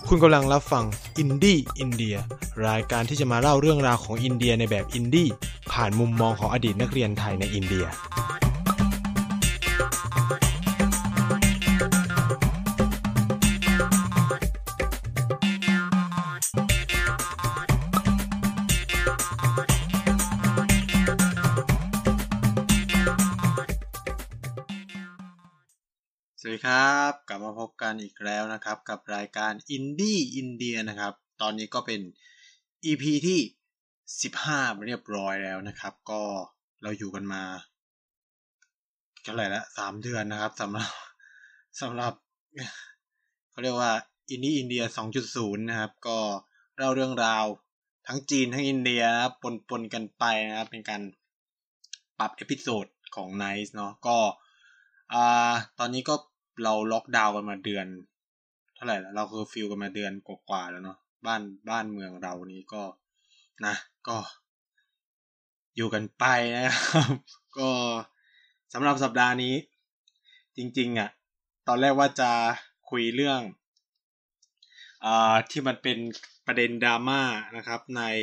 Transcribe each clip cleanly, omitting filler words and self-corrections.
คุณกำลังรับฟังอินดี้อินเดียรายการที่จะมาเล่าเรื่องราวของอินเดียในแบบอินดี้ผ่านมุมมองของอดีตนักเรียนไทยในอินเดียสวัสดีครับกลับมาพบกันอีกแล้วนะครับกับรายการอินดี้อินเดียนะครับตอนนี้ก็เป็น EP ที่15เรียบร้อยแล้วนะครับก็เราอยู่กันมาเท่าไหร่ละ3เดือนนะครับสำหรับเขาเรียกว่าอินดี้อินเดีย 2.0 นะครับก็เล่าเรื่องราวทั้งจีนทั้งอินเดียนะครับปนกันไปนะครับเป็นการปรับเอพิโซดของ Nice เนาะก็ตอนนี้ก็เราล็อกดาวน์กันมาเดือนเท่าไหร่แล้วเราเคอร์ฟิวกันมาเดือนกว่าๆแล้วเนาะบ้านเมืองเรานี้ก็นะก็อยู่กันไปนะครับก็สำหรับสัปดาห์นี้จริงๆอ่ะตอนแรกว่าจะคุยเรื่องที่มันเป็นประเด็นดราม่านะครับ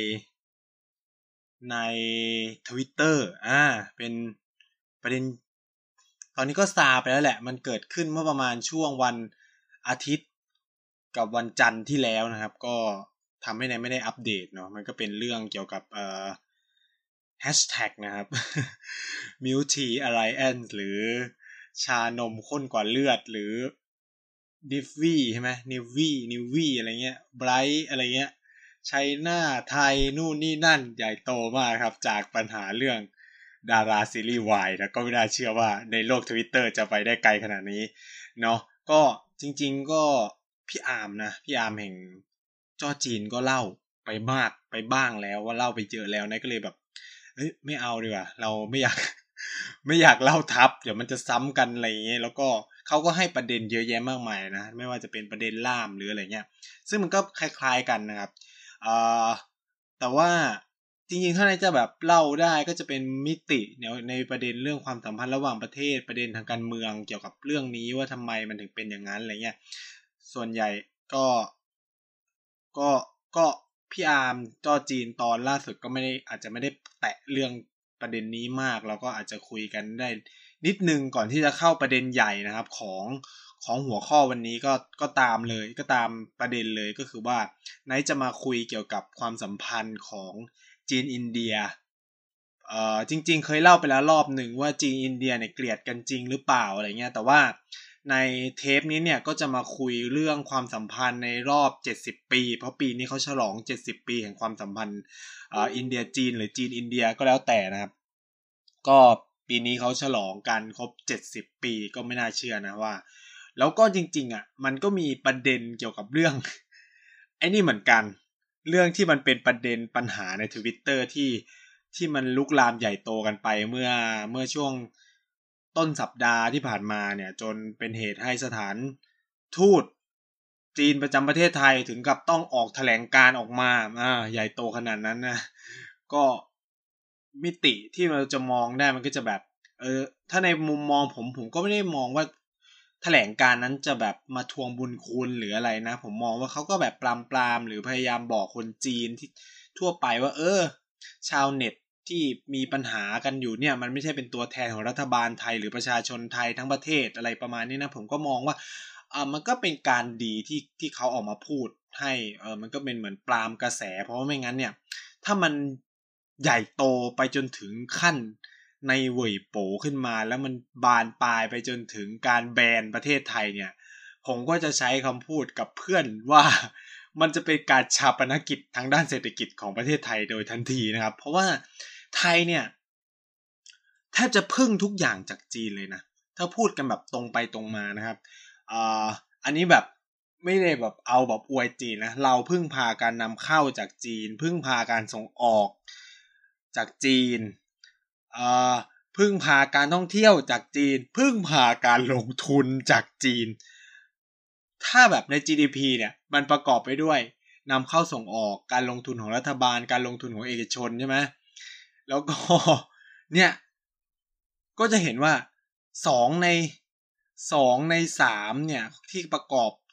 ใน Twitter เป็นประเด็นตอนนี้ก็ซาไปแล้วแหละมันเกิดขึ้นเมื่อประมาณช่วงวันอาทิตย์กับวันจันทร์ที่แล้วนะครับก็ทำให้นายไม่ได้อัปเดตเนาะมันก็เป็นเรื่องเกี่ยวกับแฮชแท็กนะครับ Milk Tea Alliance หรือชานมข้นกว่าเลือดหรือนิฟวี่ใช่ไหมนิววี่อะไรเงี้ยไบรท์อะไรเงี้ยไชน่าไทยนู่นนี่นั่นใหญ่โตมากครับจากปัญหาเรื่องดาราซีรีส์วายนะก็ไม่น่าเชื่อว่าในโลก Twitter จะไปได้ไกลขนาดนี้เนาะก็จริงๆก็พี่อาร์มแห่งจ้อจีนก็เล่าไปบ้างแล้วว่าเล่าไปเยอะแล้วนะก็เลยแบบไม่เอาดีกว่าเราไม่อยากเล่าทับเดี๋ยวมันจะซ้ำกันอะไรอย่างเงี้ยแล้วก็เขาก็ให้ประเด็นเยอะแยะมากมายนะไม่ว่าจะเป็นประเด็นล่ามหรืออะไรเงี้ยซึ่งมันก็คล้ายๆกันนะครับแต่ว่าจริงๆถ้าในจะแบบเล่าได้ก็จะเป็นมิติในประเด็นเรื่องความสัมพันธ์ระหว่างประเทศประเด็นทางการเมืองเกี่ยวกับเรื่องนี้ว่าทำไมมันถึงเป็นอย่างนั้นอะไรเงี้ยส่วนใหญ่ก็พี่อาร์มจอจีนตอนล่าสุดก็อาจจะไม่ได้แตะเรื่องประเด็นนี้มากเราก็อาจจะคุยกันได้นิดนึงก่อนที่จะเข้าประเด็นใหญ่นะครับของหัวข้อวันนี้ก็ตามประเด็นเลยก็คือว่าไนท์จะมาคุยเกี่ยวกับความสัมพันธ์ของจีนอินเดียจริงๆเคยเล่าไปแล้วรอบหนึ่งว่าจีนอินเดียเนี่ยเกลียดกันจริงหรือเปล่าอะไรเงี้ยแต่ว่าในเทปนี้เนี่ยก็จะมาคุยเรื่องความสัมพันธ์ในรอบ70ปีเพราะปีนี้เขาฉลอง70ปีแห่งความสัมพันธ์อินเดียจีนหรือจีนอินเดียก็แล้วแต่นะครับก็ปีนี้เขาฉลองกันครบ70ปีก็ไม่น่าเชื่อนะว่าแล้วก็จริงๆอ่ะมันก็มีประเด็นเกี่ยวกับเรื่องไอ้นี่เหมือนกันเรื่องที่มันเป็นประเด็นปัญหาใน Twitter ที่มันลุกลามใหญ่โตกันไปเมื่อช่วงต้นสัปดาห์ที่ผ่านมาเนี่ยจนเป็นเหตุให้สถานทูตจีนประจำประเทศไทยถึงกับต้องออกแถลงการออกมาใหญ่โตขนาดนั้นนะก็มิติที่เราจะมองได้มันก็จะแบบถ้าในมุมมองผมก็ไม่ได้มองว่าแถลงการนั้นจะแบบมาทวงบุญคุณหรืออะไรนะผมมองว่าเขาก็แบบปรามหรือพยายามบอกคนจีนที่ทั่วไปว่าชาวเน็ตที่มีปัญหากันอยู่เนี่ยมันไม่ใช่เป็นตัวแทนของรัฐบาลไทยหรือประชาชนไทยทั้งประเทศอะไรประมาณนี้นะผมก็มองว่ามันก็เป็นการดีที่เขาออกมาพูดให้มันก็เป็นเหมือนปรามกระแสเพราะว่าไม่งั้นเนี่ยถ้ามันใหญ่โตไปจนถึงขั้นในเว่ยโป๋ขึ้นมาแล้วมันบานปลายไปจนถึงการแบนประเทศไทยเนี่ยผมก็จะใช้คำพูดกับเพื่อนว่ามันจะเป็นการชาปนกิจทางด้านเศรษฐกิจของประเทศไทยโดยทันทีนะครับเพราะว่าไทยเนี่ยแทบจะพึ่งทุกอย่างจากจีนเลยนะถ้าพูดกันแบบตรงไปตรงมานะครับอันนี้แบบไม่ได้แบบเอาแบบอวยจีนนะเราพึ่งพาการนำเข้าจากจีนพึ่งพาการส่งออกจากจีนพึ่งพาการท่องเที่ยวจากจีนพึ่งพาการลงทุนจากจีนถ้าแบบใน GDP เนี่ยมันประกอบไปด้วยนำเข้าส่งออกการลงทุนของรัฐบาลการลงทุนของเอกชนใช่ไหมแล้วก็เนี่ยก็จะเห็นว่า2 ใน 3เนี่ยที่ประกอบ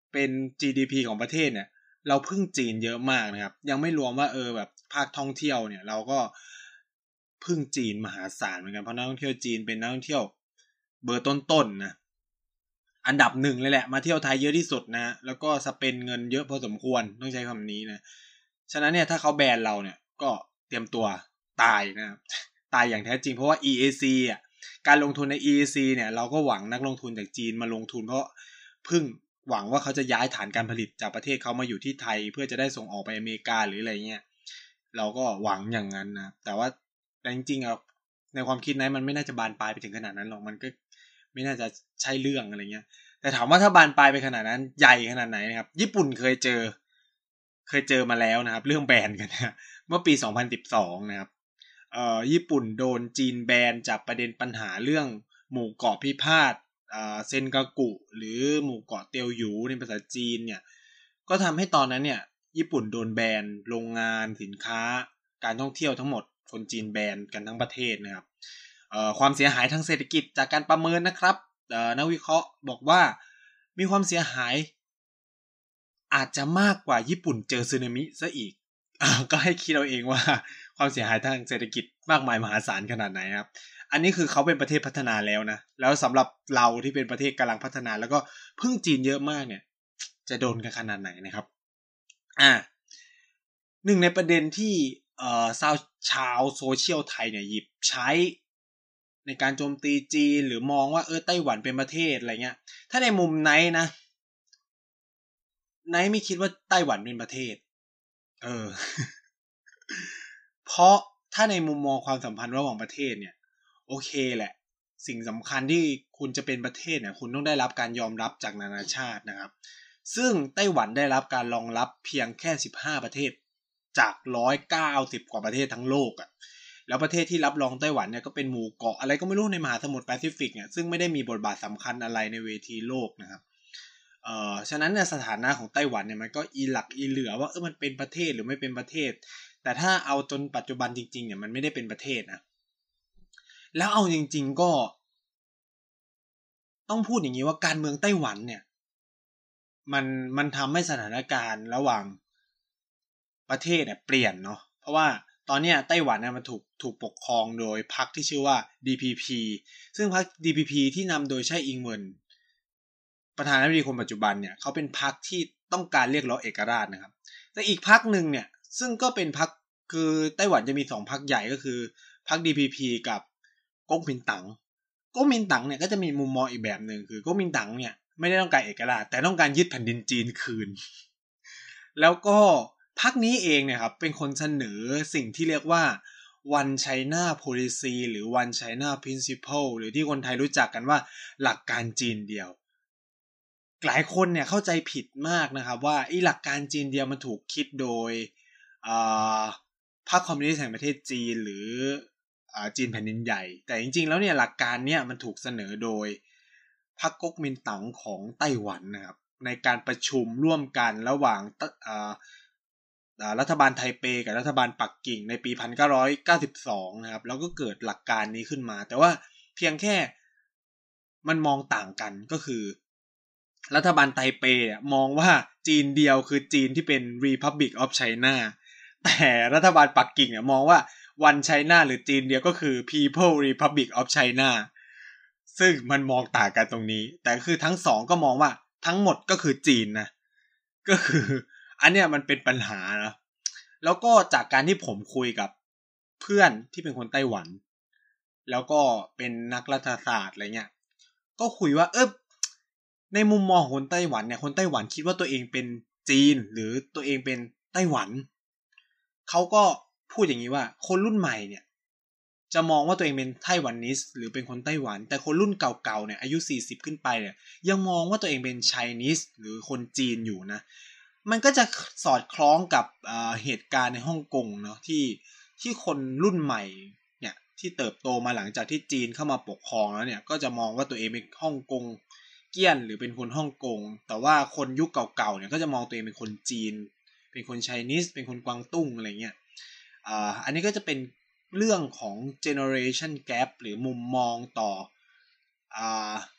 เป็น GDP ของประเทศเนี่ยเราพึ่งจีนเยอะมากนะครับยังไม่รวมว่าแบบภาคท่องเที่ยวเนี่ยเราก็พึ่งจีนมหาศาลเหมือนกันเพราะนักท่องเที่ยวจีนเป็นนักท่องเที่ยวเบอร์ต้นๆนะอันดับหนึ่งเลยแหละมาเที่ยวไทยเยอะที่สุดนะแล้วก็สเปนเงินเยอะพอสมควรต้องใช้คำนี้นะฉะนั้นเนี่ยถ้าเขาแบนเราเนี่ยก็เตรียมตัวตายนะครับตายอย่างแท้จริงเพราะว่า EAC อ่ะการลงทุนใน EAC เนี่ยเราก็หวังนักลงทุนจากจีนมาลงทุนเพราะพึ่งหวังว่าเขาจะย้ายฐานการผลิตจากประเทศเขามาอยู่ที่ไทยเพื่อจะได้ส่งออกไปอเมริกาหรืออะไรเงี้ยเราก็หวังอย่างนั้นนะแต่ว่าจริงๆในความคิดนั้นมันไม่น่าจะบานปลายไปถึงขนาดนั้นหรอกมันก็ไม่น่าจะใช่เรื่องอะไรเงี้ยแต่ถามว่าถ้าบานปลายไปขนาดนั้นใหญ่ขนาดไหนนะครับญี่ปุ่นเคยเจอมาแล้วนะครับเรื่องแบนกันนะเมื่อปี2012นะครับญี่ปุ่นโดนจีนแบนจากประเด็นปัญหาเรื่องหมู่เกาะพิพาทเซนกากุหรือหมู่เกาะเตียวหยูในภาษาจีนเนี่ยก็ทำให้ตอนนั้นเนี่ยญี่ปุ่นโดนแบนโรงงานสินค้าการท่องเที่ยวทั้งหมดคนจีนแบนกันทั้งประเทศนะครับความเสียหายทางเศรษฐกิจจากการประเมินนะครับนักวิเคราะห์บอกว่ามีความเสียหายอาจจะมากกว่าญี่ปุ่นเจอสึนามิซะอีกก็ให้คิดเอาเองว่าความเสียหายทางเศรษฐกิจมากมายมหาศาลขนาดไหนครับอันนี้คือเขาเป็นประเทศพัฒนาแล้วนะแล้วสำหรับเราที่เป็นประเทศกำลังพัฒนาแล้วก็พึ่งจีนเยอะมากเนี่ยจะโดนกันขนาดไหนนะครับหนึ่งในประเด็นที่ชาวโซเชียลไทยเนี่ยหยิบใช้ในการโจมตีจีนหรือมองว่าไต้หวันเป็นประเทศอะไรเงี้ยถ้าในมุมไนท์นะไนท์ไม่คิดว่าไต้หวันเป็นประเทศเพราะถ้าในมุมมองความสัมพันธ์ระหว่างประเทศเนี่ยโอเคแหละสิ่งสำคัญที่คุณจะเป็นประเทศเนี่ยคุณต้องได้รับการยอมรับจากนานาชาตินะครับซึ่งไต้หวันได้รับการรองรับเพียงแค่15ประเทศจาก190กว่าประเทศทั้งโลกอ่ะแล้วประเทศที่รับรองไต้หวันเนี่ยก็เป็นหมู่เกาะอะไรก็ไม่รู้ในมหาสมุทรแปซิฟิกเนี่ยซึ่งไม่ได้มีบทบาทสำคัญอะไรในเวทีโลกนะครับฉะนั้นเนี่ยสถานะของไต้หวันเนี่ยมันก็อีหลักอีเหลือว่ามันเป็นประเทศหรือไม่เป็นประเทศแต่ถ้าเอาจนปัจจุบันจริงๆเนี่ยมันไม่ได้เป็นประเทศนะแล้วเอาจริงๆก็ต้องพูดอย่างนี้ว่าการเมืองไต้หวันเนี่ยมันทำให้สถานการณ์ระหว่างประเทศเนี่ยเปลี่ยนเนาะเพราะว่าตอนนี้ไต้หวันเนี่ยมันถูกปกครองโดยพรรคที่ชื่อว่า DPP ซึ่งพรรค DPP ที่นำโดยไช่อิงเหวินประธานาธิบดีคนปัจจุบันเนี่ยเขาเป็นพรรคที่ต้องการเรียกร้องเอกราชนะครับแต่อีกพรรคหนึ่งเนี่ยซึ่งก็เป็นพรรคคือไต้หวันจะมี2พรรคใหญ่ก็คือพรรค DPP กับก๊กมินตั๋งก๊กมินตั๋งเนี่ยก็จะมีมุมมองอีกแบบหนึ่งคือก๊กมินตั๋งเนี่ยไม่ได้ต้องการเอกราชแต่ต้องการยึดแผ่นดินจีนคืนแล้วก็พรรคนี้เองเนี่ยครับเป็นคนเสนอสิ่งที่เรียกว่า One China Policy หรือ One China Principle หรือที่คนไทยรู้จักกันว่าหลักการจีนเดียวหลายคนเนี่ยเข้าใจผิดมากนะครับว่าหลักการจีนเดียวมันถูกคิดโดยพรรคคอมมิวนิสต์แห่งประเทศจีนหรือจีนแผ่นดินใหญ่แต่จริงๆแล้วเนี่ยหลักการเนี่ยมันถูกเสนอโดยพรรคก๊กมินตั๋งของไต้หวันนะครับในการประชุมร่วมกันระหว่างรัฐบาลไทเปกับรัฐบาลปักกิ่งในปี1992นะครับแล้วก็เกิดหลักการนี้ขึ้นมาแต่ว่าเพียงแค่มันมองต่างกันก็คือรัฐบาลไทเปมองว่าจีนเดียวคือจีนที่เป็น Republic of China แต่รัฐบาลปักกิ่งมองว่า One China หรือจีนเดียวก็คือ People Republic of China ซึ่งมันมองต่างกันตรงนี้แต่คือทั้งสองก็มองว่าทั้งหมดก็คือจีนนะก็คืออันเนี้ยมันเป็นปัญหานะแล้วก็จากการที่ผมคุยกับเพื่อนที่เป็นคนไต้หวันแล้วก็เป็นนักรัฐศาสตร์อะไรเงี้ยก็คุยว่าในมุมมองของคนไต้หวันเนี่ยคนไต้หวันคิดว่าตัวเองเป็นจีนหรือตัวเองเป็นไต้หวันเขาก็พูดอย่างนี้ว่าคนรุ่นใหม่เนี่ยจะมองว่าตัวเองเป็นไต้หวันนิสหรือเป็นคนไต้หวันแต่คนรุ่นเก่าๆเนี่ยอายุ40ขึ้นไปเนี่ยยังมองว่าตัวเองเป็นไชนีสหรือคนจีนอยู่นะมันก็จะสอดคล้องกับเหตุการณ์ในฮ่องกงเนาะที่คนรุ่นใหม่เนี่ยที่เติบโตมาหลังจากที่จีนเข้ามาปกครองแล้วเนี่ยก็จะมองว่าตัวเองเป็นฮ่องกงเกี้ยนหรือเป็นคนฮ่องกงแต่ว่าคนยุคเก่าๆเนี่ยก็จะมองตัวเองเป็นคนจีนเป็นคนไชนีสเป็นคนกวางตุ้งอะไรเงี้ยอันนี้ก็จะเป็นเรื่องของ generation gap หรือมุมมองต่อ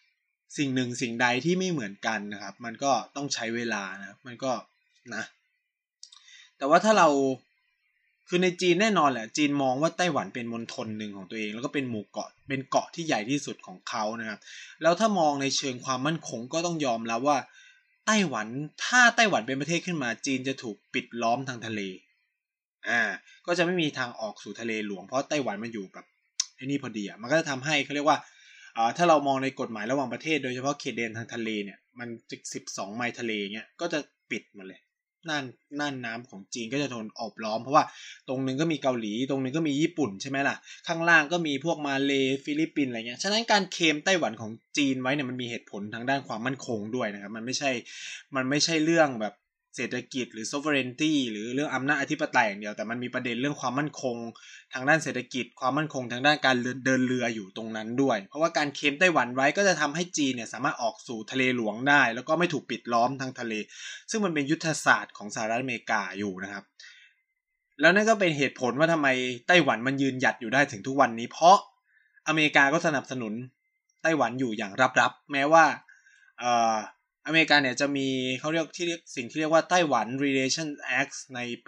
สิ่งหนึ่งสิ่งใดที่ไม่เหมือนกันนะครับมันก็ต้องใช้เวลานะมันก็นะแต่ว่าถ้าเราคือในจีนแน่นอนแหละจีนมองว่าไต้หวันเป็นมณฑลหนึ่งของตัวเองแล้วก็เป็นหมู่เกาะเป็นเกาะที่ใหญ่ที่สุดของเขานะครับแล้วถ้ามองในเชิงความมั่นคงก็ต้องยอมรับว่าไต้หวันถ้าไต้หวันเป็นประเทศขึ้นมาจีนจะถูกปิดล้อมทางทะเลก็จะไม่มีทางออกสู่ทะเลหลวงเพราะไต้หวันมันอยู่แบบไอ้นี่พอดีมันก็จะทำให้เขาเรียกว่าถ้าเรามองในกฎหมายระหว่างประเทศโดยเฉพาะเขตแดนทางทะเลเนี่ยมันจะ12 ไมล์ทะเลเงี้ยก็จะปิดหมดเลยน่านน้ำของจีนก็จะโดนโอบล้อมเพราะว่าตรงนึงก็มีเกาหลีตรงนึงก็มีญี่ปุ่นใช่ไหมล่ะข้างล่างก็มีพวกมาเลฟิลิปปินส์อะไรเงี้ยฉะนั้นการเคลมไต้หวันของจีนไว้เนี่ยมันมีเหตุผลทางด้านความมั่นคงด้วยนะครับมันไม่ใช่เรื่องแบบเศรษฐกิจหรือ sovereignty หรือเรื่องอำนาจอธิปไตยอย่างเดียวแต่มันมีประเด็นเรื่องความมั่นคงทางด้านเศรษฐกิจความมั่นคงทางด้านการเดินเรืออยู่ตรงนั้นด้วยเพราะว่าการเคลมไต้หวันไว้ก็จะทำให้จีนเนี่ยสามารถออกสู่ทะเลหลวงได้แล้วก็ไม่ถูกปิดล้อมทางทะเลซึ่งมันเป็นยุทธศาสตร์ของสหรัฐอเมริกาอยู่นะครับแล้วนั่นก็เป็นเหตุผลว่าทำไมไต้หวันมันยืนหยัดอยู่ได้ถึงทุกวันนี้เพราะอเมริกาก็สนับสนุนไต้หวันอยู่อย่างลับๆแม้ว่าอเมริกาเนี่ยจะมีเขาเรียกสิ่งที่เรียกว่าไต้หวัน Relations Act ในปี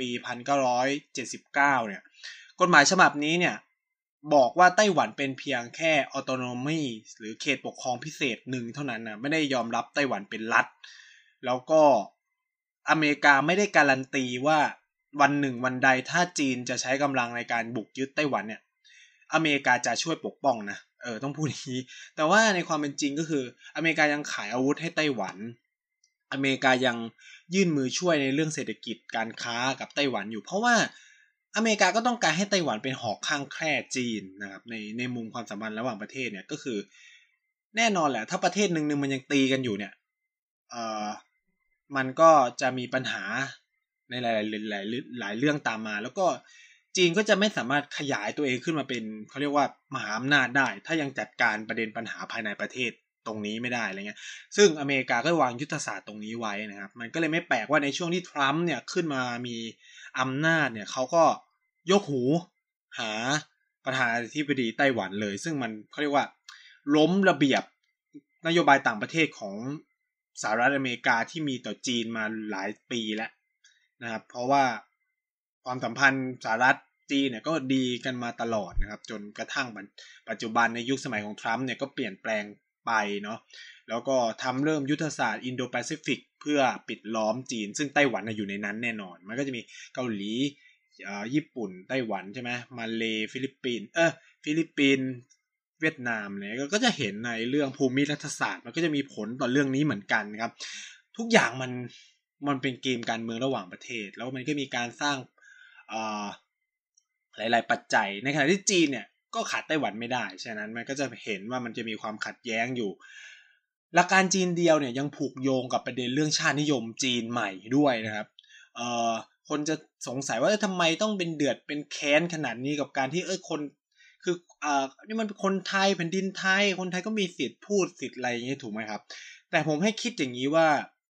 1979 เนี่ยกฎหมายฉบับนี้เนี่ยบอกว่าไต้หวันเป็นเพียงแค่ autonomy หรือเขตปกครองพิเศษหนึ่งเท่านั้นนะไม่ได้ยอมรับไต้หวันเป็นรัฐแล้วก็อเมริกาไม่ได้การันตีว่าวันหนึ่งวันใดถ้าจีนจะใช้กำลังในการบุกยึดไต้หวันเนี่ยอเมริกาจะช่วยปกป้องนะต้องพูดอย่างนี้แต่ว่าในความเป็นจริงก็คืออเมริกายังขายอาวุธให้ไต้หวันอเมริกายังยื่นมือช่วยในเรื่องเศรษฐกิจการค้ากับไต้หวันอยู่เพราะว่าอเมริกาก็ต้องการให้ไต้หวันเป็นหอกข้างแคร่จีนนะครับในมุมความสัมพันธ์ระหว่างประเทศเนี่ยก็คือแน่นอนแหละถ้าประเทศหนึ่งมันยังตีกันอยู่เนี่ยมันก็จะมีปัญหาในหลายเรื่องตามมาแล้วก็จีนก็จะไม่สามารถขยายตัวเองขึ้นมาเป็นเขาเรียกว่ามหาอำนาจได้ถ้ายังจัดการประเด็นปัญหาภายในประเทศตรงนี้ไม่ได้อะไรเงี้ยซึ่งอเมริกาก็วางยุทธศาสตร์ตรงนี้ไว้นะครับมันก็เลยไม่แปลกว่าในช่วงที่ทรัมป์เนี่ยขึ้นมามีอำนาจเนี่ยเขาก็ยกหูหาประธานาธิบดีไต้หวันเลยซึ่งมันเขาเรียกว่าล้มระเบียบนโยบายต่างประเทศของสหรัฐอเมริกาที่มีต่อจีนมาหลายปีแล้วนะครับเพราะว่าความสัมพันธ์สหรัฐจีนเนี่ยก็ดีกันมาตลอดนะครับจนกระทั่งปัจจุบันในยุคสมัยของทรัมป์เนี่ยก็เปลี่ยนแปลงไปเนาะแล้วก็ทำเริ่มยุทธศาสตร์อินโดแปซิฟิกเพื่อปิดล้อมจีนซึ่งไต้หวันอยู่ในนั้นแน่นอนมันก็จะมีเกาหลีญี่ปุ่นไต้หวันใช่ไหมมาเลฟิลิปปินส์เวียดนามเนี่ยก็จะเห็นในเรื่องภูมิรัฐศาสตร์มันก็จะมีผลต่อเรื่องนี้เหมือนกันครับทุกอย่างมันเป็นเกมการเมืองระหว่างประเทศแล้วมันก็มีการสร้างหลายๆปัจจัยในขณะที่จีนเนี่ยก็ขาดไต้หวันไม่ได้ฉะนั้นมันก็จะเห็นว่ามันจะมีความขัดแย้งอยู่หลักการจีนเดียวเนี่ยยังผูกโยงกับประเด็นเรื่องชาตินิยมจีนใหม่ด้วยนะครับคนจะสงสัยว่าทำไมต้องเป็นเดือดเป็นแค้นขนาดนี้กับการที่คนคือนี่มันเป็นคนไทยแผ่นดินไทยคนไทยก็มีสิทธิ์พูดสิทธิ์อะไรอย่างเงี้ยถูกไหมครับแต่ผมให้คิดอย่างนี้ว่า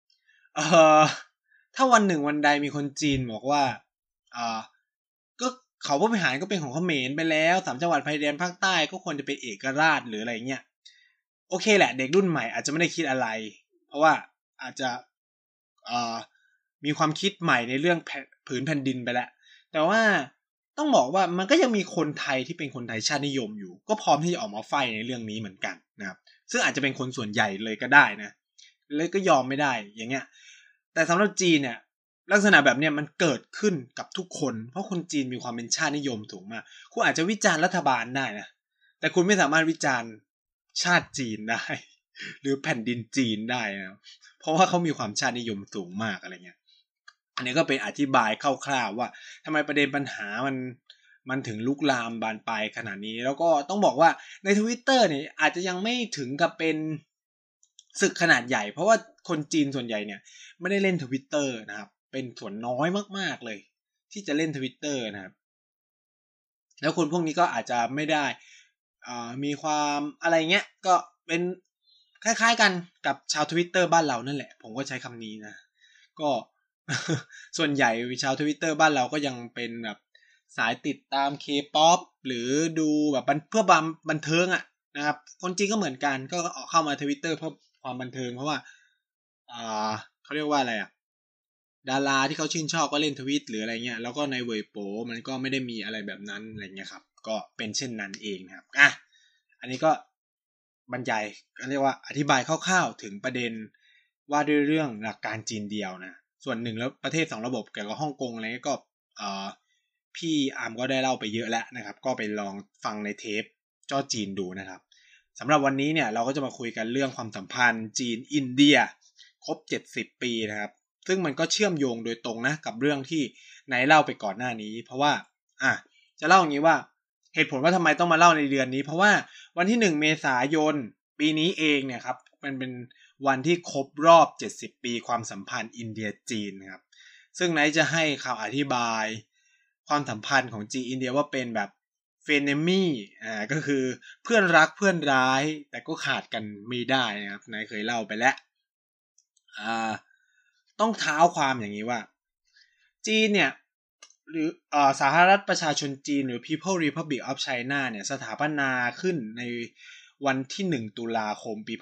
ถ้าวันหนึ่งวันใดมีคนจีนบอกว่าก็เขาพระวิหารก็เป็นของเขมรไปแล้ว3 จังหวัดชายแดนภาคใต้ก็ควรจะเป็นเอกราชหรืออะไรเงี้ยโอเคแหละเด็กรุ่นใหม่อาจจะไม่ได้คิดอะไรเพราะว่าอาจจะมีความคิดใหม่ในเรื่องผืนแผ่นดินไปแล้วแต่ว่าต้องบอกว่ามันก็ยังมีคนไทยที่เป็นคนไทยชาตินิยมอยู่ก็พร้อมที่จะออกมาไฟในเรื่องนี้เหมือนกันนะครับซึ่งอาจจะเป็นคนส่วนใหญ่เลยก็ได้นะเลยก็ยอมไม่ได้อย่างเงี้ยแต่สำหรับจีนเนี่ยลักษณะแบบเนี้ยมันเกิดขึ้นกับทุกคนเพราะคนจีนมีความเป็นชาตินิยมสูงมากคุณอาจจะวิจารณ์รัฐบาลได้นะแต่คุณไม่สามารถวิจารณ์ชาติจีนได้หรือแผ่นดินจีนได้นะเพราะว่าเขามีความชาตินิยมสูงมากอะไรเงี้ยอันนี้ก็เป็นอธิบายคร่าวๆว่าทำไมประเด็นปัญหามันถึงลุกลามบานปลายขนาดนี้แล้วก็ต้องบอกว่าใน Twitter เนี่ยอาจจะยังไม่ถึงกับเป็นศึกขนาดใหญ่เพราะว่าคนจีนส่วนใหญ่เนี่ยไม่ได้เล่น Twitter นะครับเป็นส่วนน้อยมากๆเลยที่จะเล่น Twitter นะครับแล้วคนพวกนี้ก็อาจจะไม่ได้มีความอะไรเงี้ยก็เป็นคล้ายๆกันกับชาว Twitter บ้านเรานั่นแหละผมก็ใช้คำนี้นะก็ส่วนใหญ่ชาว Twitter บ้านเราก็ยังเป็นแบบสายติดตาม K-pop หรือดูแบบเพื่อบันเทิงอ่ะนะครับคนจีนก็เหมือนกันก็เข้ามา Twitter เพื่อความบันเทิงเพราะว่าเขาเรียกว่าอะไรดาราที่เขาชื่นชอบก็เล่นทวิตหรืออะไรเงี้ยแล้วก็ในเว็บโปมันก็ไม่ได้มีอะไรแบบนั้นอะไรเงี้ยครับก็เป็นเช่นนั้นเองครับอันนี้ก็บรรยายเรียกว่าอธิบายคร่าวๆถึงประเด็นว่าด้วยเรื่องหลักการจีนเดียวนะส่วนหนึ่งแล้วประเทศ2ระบบเกี่ยวกับฮ่องกงอะไรก็พี่อาร์มก็ได้เล่าไปเยอะแล้วนะครับก็ไปลองฟังในเทปจ้อจีนดูนะครับสำหรับวันนี้เนี่ยเราก็จะมาคุยกันเรื่องความสัมพันธ์จีนอินเดียครบ70ปีนะครับซึ่งมันก็เชื่อมโยงโดยตรงนะกับเรื่องที่ไหนเล่าไปก่อนหน้านี้เพราะว่าจะเล่าอย่างนี้ว่าเหตุผลว่าทำไมต้องมาเล่าในเดือนนี้เพราะว่าวันที่1เมษายนปีนี้เองเนี่ยครับมันเป็นวันที่ครบรอบ70ปีความสัมพันธ์อินเดียจีนครับซึ่งไหนจะให้คำอธิบายความสัมพันธ์ของจีนอินเดียว่าเป็นแบบเฟนเนมี่ก็คือเพื่อนรักเพื่อนร้ายแต่ก็ขาดกันไม่ได้นะครับนายเคยเล่าไปแล้วต้องเท้าความอย่างนี้ว่าจีนเนี่ยหรือสาธารณรัฐประชาชนจีนหรือ People Republic of China เนี่ยสถาปนาขึ้นในวันที่1ตุลาคมปี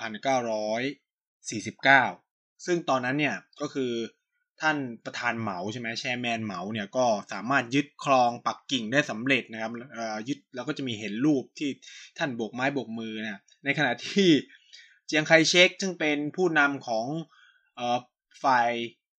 1949ซึ่งตอนนั้นเนี่ยก็คือท่านประธานเหมาใช่ไหมแชร์แมนเหมาเนี่ยก็สามารถยึดครองปักกิ่งได้สำเร็จนะครับยึดแล้วก็จะมีเห็นรูปที่ท่านโบกไม้โบกมือนะในขณะที่เจียงไคเชกซึ่งเป็นผู้นำของฝ่าย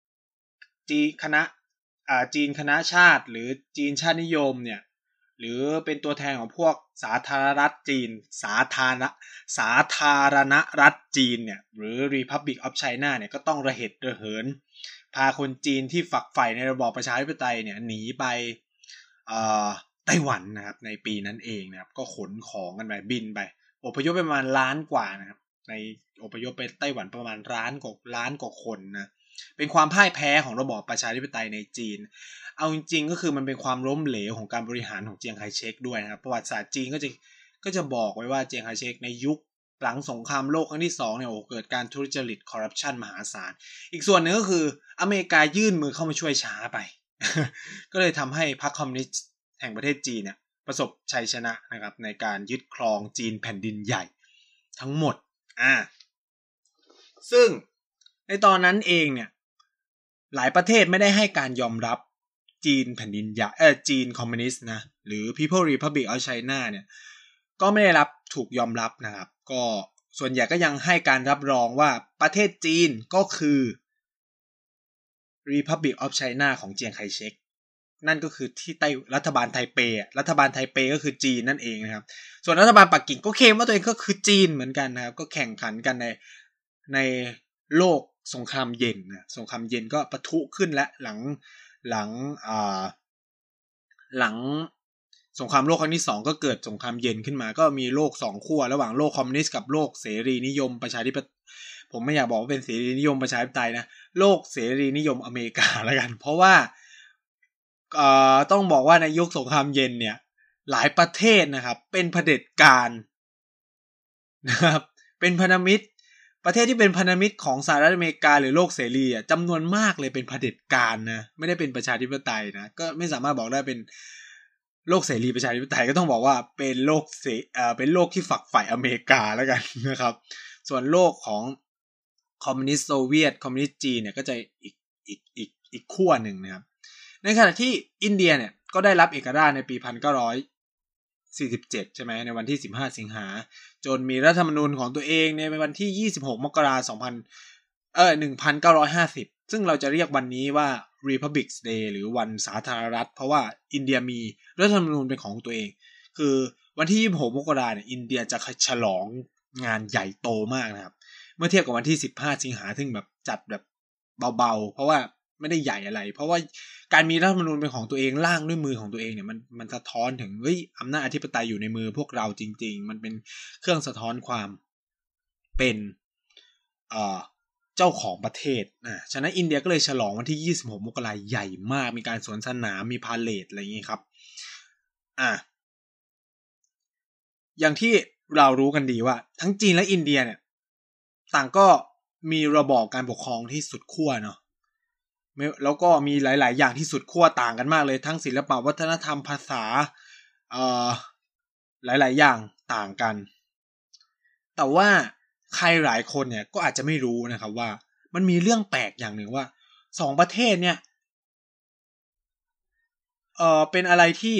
จีนคณะชาติหรือจีนชาตินิยมเนี่ยหรือเป็นตัวแทนของพวกสาธารณรัฐจีนสาธารณรัฐจีนเนี่ยหรือ Republic of China เนี่ยก็ต้องระเหตุระเหินพาคนจีนที่ฝักใฝ่ในระบอบประชาธิปไตยเนี่ยหนีไปไต้หวันนะครับในปีนั้นเองนะครับก็ขนของกันไปบินไปอพยพไปประมาณล้านกว่านะครับในอพยพไปไต้หวันประมาณล้านกว่าคนนะเป็นความพ่ายแพ้ของระบอบประชาธิปไตยในจีนเอาจริงๆก็คือมันเป็นความล้มเหลวของการบริหารของเจียงไคเชกด้วยนะครับประวัติศาสตร์จีนก็จะบอกไว้ว่าเจียงไคเชกในยุคหลังสงครามโลกครั้งที่2เนี่ยเกิดการทุจริตคอร์รัปชันมหาศาลอีกส่วนหนึ่งก็คืออเมริกายื่นมือเข้ามาช่วยช้าไป ก็เลยทำให้พรรคคอมมิวนิสต์แห่งประเทศจีนเนี่ยประสบชัยชนะนะครับในการยึดครองจีนแผ่นดินใหญ่ทั้งหมดซึ่งในตอนนั้นเองเนี่ยหลายประเทศไม่ได้ให้การยอมรับจีนแผ่นดินใหญ่จีนคอมมิวนิสต์นะหรือ People Republic of China เนี่ยก็ไม่ได้รับถูกยอมรับนะครับก็ส่วนใหญ่ก็ยังให้การรับรองว่าประเทศจีนก็คือ Republic of China ของเจียงไคเชกนั่นก็คือที่รัฐบาลไทเปรัฐบาลไทเปก็คือจีนนั่นเองนะครับส่วนรัฐบาลปักกิ่งก็เคลมว่าตัวเองก็คือจีนเหมือนกันนะครับก็แข่งขันกันในโลกสงครามเย็นนะสงครามเย็นก็ปะทุขึ้นและหลังสงครามโลกครั้งที่2ก็เกิดสงครามเย็นขึ้นมาก็มีโลก2ขั้วระหว่างโลกคอมมิวนิสต์กับโลกเสรีนิยมประชาธิปไตยผมไม่อยากบอกว่าเป็นเสรีนิยมประชาธิปไตยนะโลกเสรีนิยมอเมริกาแล้วกันเพราะว่าต้องบอกว่าในยุคสงครามเย็นเนี่ยหลายประเทศนะครับเป็นเผด็จการนะครับเป็นพันธมิตรประเทศที่เป็นพันธมิตรของสหรัฐอเมริกาหรือโลกเสรีจำนวนมากเลยเป็นเผด็จการนะไม่ได้เป็นประชาธิปไตยนะก็ไม่สามารถบอกได้เป็นโลกเสรีประชาธิปไตยก็ต้องบอกว่าเป็นโลกเป็นโลกที่ฝักใฝ่อเมริกาแล้วกันนะครับส่วนโลกของคอมมิวนิสต์โซเวียตคอมมิวนิสต์จีนเนี่ยก็จะอีกขั้วหนึ่งนะครับในขณะที่อินเดียเนี่ยก็ได้รับเอกราชในปี1947ใช่ไหมในวันที่15สิงหาจนมีรัฐธรรมนูญของตัวเองในวันที่26มกราคม1950ซึ่งเราจะเรียกวันนี้ว่า Republic Day หรือวันสาธารณรัฐเพราะว่าอินเดียมีรัฐธรรมนูญเป็นของตัวเองคือวันที่26มกราคมเนี่ยอินเดียจะฉลองงานใหญ่โตมากนะครับเมื่อเทียบกับวันที่15สิงหาซึ่งแบบจัดแบบเบาๆเพราะว่าไม่ได้ใหญ่อะไรเพราะว่าการมีรัฐธรรมนูญเป็นของตัวเองร่างด้วยมือของตัวเองเนี่ยมันสะท้อนถึงอำนาจอธิปไตยอยู่ในมือพวกเราจริงๆมันเป็นเครื่องสะท้อนความเป็นเจ้าของประเทศฉะนั้นอินเดียก็เลยฉลองวันที่26มกราคมใหญ่มากมีการสวนสนามมีพาเลทอะไรอย่างนี้ครับอย่างที่เรารู้กันดีว่าทั้งจีนและอินเดียเนี่ยต่างก็มีระบอบการปกครองที่สุดขั้วเนาะแล้วก็มีหลายๆอย่างที่สุดขั้วต่างกันมากเลยทั้งศิลปะวัฒนธรรมภาษาหลายๆอย่างต่างกันแต่ว่าใครหลายคนเนี่ยก็อาจจะไม่รู้นะครับว่ามันมีเรื่องแปลกอย่างหนึ่งว่า2ประเทศเนี่ยเป็นอะไรที่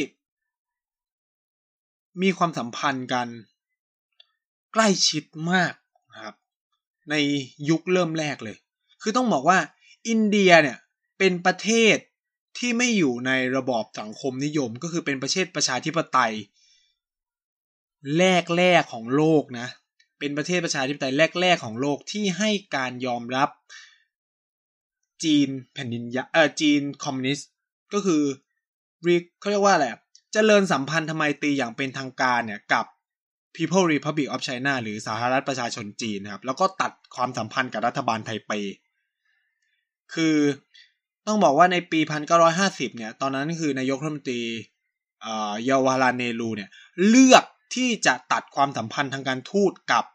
มีความสัมพันธ์กันใกล้ชิดมากนะครับในยุคเริ่มแรกเลยคือต้องบอกว่าอินเดียเนี่ยเป็นประเทศที่ไม่อยู่ในระบอบสังคมนิยมก็คือเป็นประเทศประชาธิปไตยแรกๆของโลกนะเป็นประเทศประชาธิปไตยแรกๆของโลกที่ให้การยอมรับจีนแผ่นดินจีนคอมมิวนิสต์ก็คือเขาเรียกว่าอะไรเจริญสัมพันธไมตรีอย่างเป็นทางการเนี่ยกับ People Republic of China หรือสาธารณรัฐประชาชนจีนนะครับแล้วก็ตัดความสัมพันธ์กับรัฐบาลไทเปคือต้องบอกว่าในปี 1950 เนี่ยตอนนั้นคือนายกรัฐมนตรีเยาวาราเนรูเนี่ยเลือกที่จะตัดความสัมพันธ์ทางการทูตกับ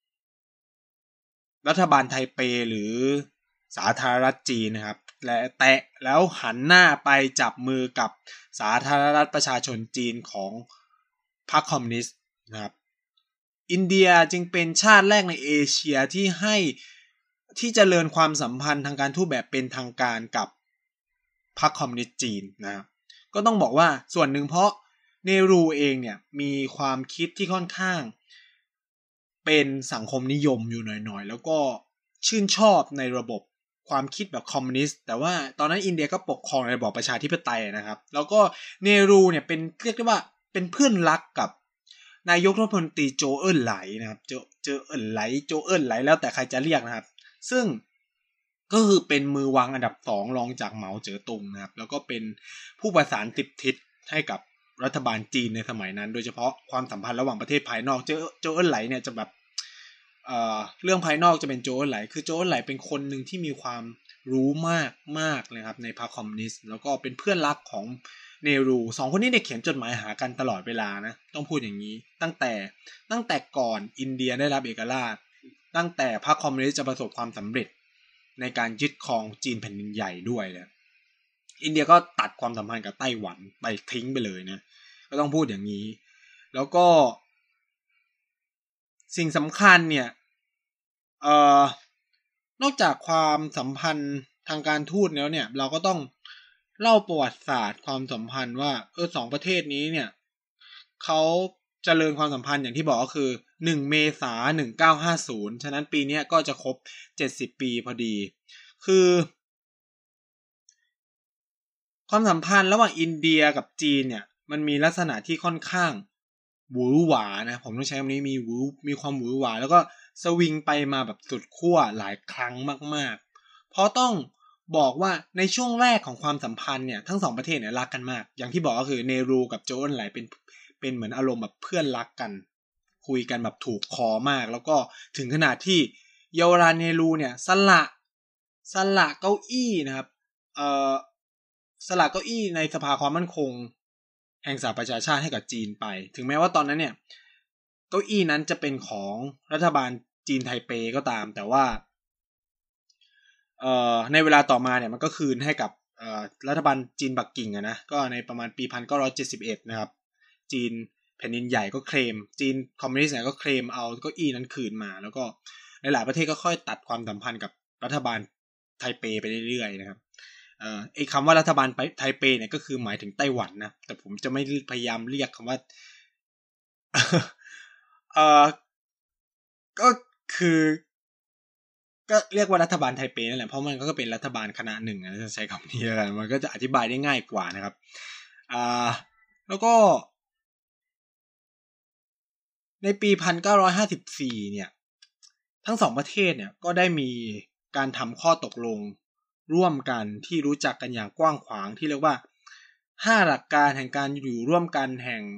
รัฐบาลไทเปหรือสาธารณรัฐจีนนะครับแล้วหันหน้าไปจับมือกับสาธารณรัฐประชาชนจีนของพรรคคอมมิวนิสต์นะครับอินเดียจึงเป็นชาติแรกในเอเชียที่เจริญความสัมพันธ์ทางการทูตแบบเป็นทางการกับพรรคคอมมิวนิสต์จีนนะครับก็ต้องบอกว่าส่วนหนึ่งเพราะเนรูเองเนี่ยมีความคิดที่ค่อนข้างเป็นสังคมนิยมอยู่หน่อยๆแล้วก็ชื่นชอบในระบบความคิดแบบคอมมิวนิสต์แต่ว่าตอนนั้นอินเดียก็ปกครองในระบอบประชาธิปไตยนะครับแล้วก็เนรูเนี่ยเป็นเรียกได้ว่าเป็นเพื่อนรักกับนายกรัฐมนตรีโจเอิลไหลนะครับโจเอิลไหลแล้วแต่ใครจะเรียกนะครับซึ่งก็คือเป็นมือวางอันดับ2รองจากเหมาเจ๋อตุงนะครับแล้วก็เป็นผู้ประสานติดทิศให้กับรัฐบาลจีนในสมัยนั้นโดยเฉพาะความสัมพันธ์ระหว่างประเทศภายนอกโจเอิลไหลเนี่ยจะแบบเรื่องภายนอกจะเป็นโจเอิลไหลคือโจเอิลไหลเป็นคนหนึ่งที่มีความรู้มากเลยครับในพรรคคอมมิวนิสต์แล้วก็เป็นเพื่อนรักของเนรู2คนนี้เนี่ยเขียนจดหมายหากันตลอดเวลานะต้องพูดอย่างนี้ตั้งแต่ก่อนอินเดียได้รับเอกราชตั้งแต่พรรคคอมมิวนิสต์จะประสบความสำเร็จในการยึดครองจีนแผ่นดินใหญ่ด้วยนะอินเดียก็ตัดความสัมพันธ์กับไต้หวันไปทิ้งไปเลยนะก็ต้องพูดอย่างนี้แล้วก็สิ่งสำคัญเนี่ยนอกจากความสัมพันธ์ทางการทูตแล้วเนี่ยเราก็ต้องเล่าประวัติศาสตร์ความสัมพันธ์ว่า2ประเทศนี้เนี่ยเขาเจริญความสัมพันธ์อย่างที่บอกก็คือ1เมษายน1950ฉะนั้นปีนี้ก็จะครบ70ปีพอดีคือความสัมพันธ์ระหว่างอินเดียกับจีนเนี่ยมันมีลักษณะที่ค่อนข้างหวือหวานะผมต้องใช้คำนี้มีความหวือหวาแล้วก็สวิงไปมาแบบสุดขั้วหลายครั้งมากๆเพราะต้องบอกว่าในช่วงแรกของความสัมพันธ์เนี่ยทั้ง2ประเทศเนี่ยรักกันมากอย่างที่บอกก็คือเนรูกับโจเอิลไหลเป็นเหมือนอารมณ์แบบเพื่อนรักกันคุยกันแบบถูกคอมากแล้วก็ถึงขนาดที่เยาวราชเนรูเนี่ยสละเก้าอี้นะครับสละเก้าอี้ในสภาความมั่นคงแห่งสหประชาชาติให้กับจีนไปถึงแม้ว่าตอนนั้นเนี่ยเก้าอี้นั้นจะเป็นของรัฐบาลจีนไทเปก็ตามแต่ว่าในเวลาต่อมาเนี่ยมันก็คืนให้กับรัฐบาลจีนปักกิ่งนะก็ในประมาณปี 1971 นะครับจีนแผ่นดินใหญ่ก็เคลมจีนคอมมิวนิสต์เนี่ยก็เคลมเอาเก้าอี้นั้นคืนมาแล้วก็หลายๆประเทศก็ค่อยตัดความสัมพันธ์กับรัฐบาลไทเปไปเรื่อยๆนะครับไอ้คำว่ารัฐบาลไทเปเนี่ยก็คือหมายถึงไต้หวันนะแต่ผมจะไม่พยายามเรียกคำว่าก็คือก็เรียกว่ารัฐบาลไทเปนั่นแหละเพราะมันก็เป็นรัฐบาลคณะหนึ่งนะจะใช้คำนี้แล้วกันมันก็จะอธิบายได้ง่ายกว่านะครับแล้วก็ในปี 1954 เนี่ยทั้ง2ประเทศเนี่ยก็ได้มีการทำข้อตกลงร่วมกันที่รู้จักกันอย่างกว้างขวางที่เรียกว่า5หลักการแห่งการอยู่ร่วมกัน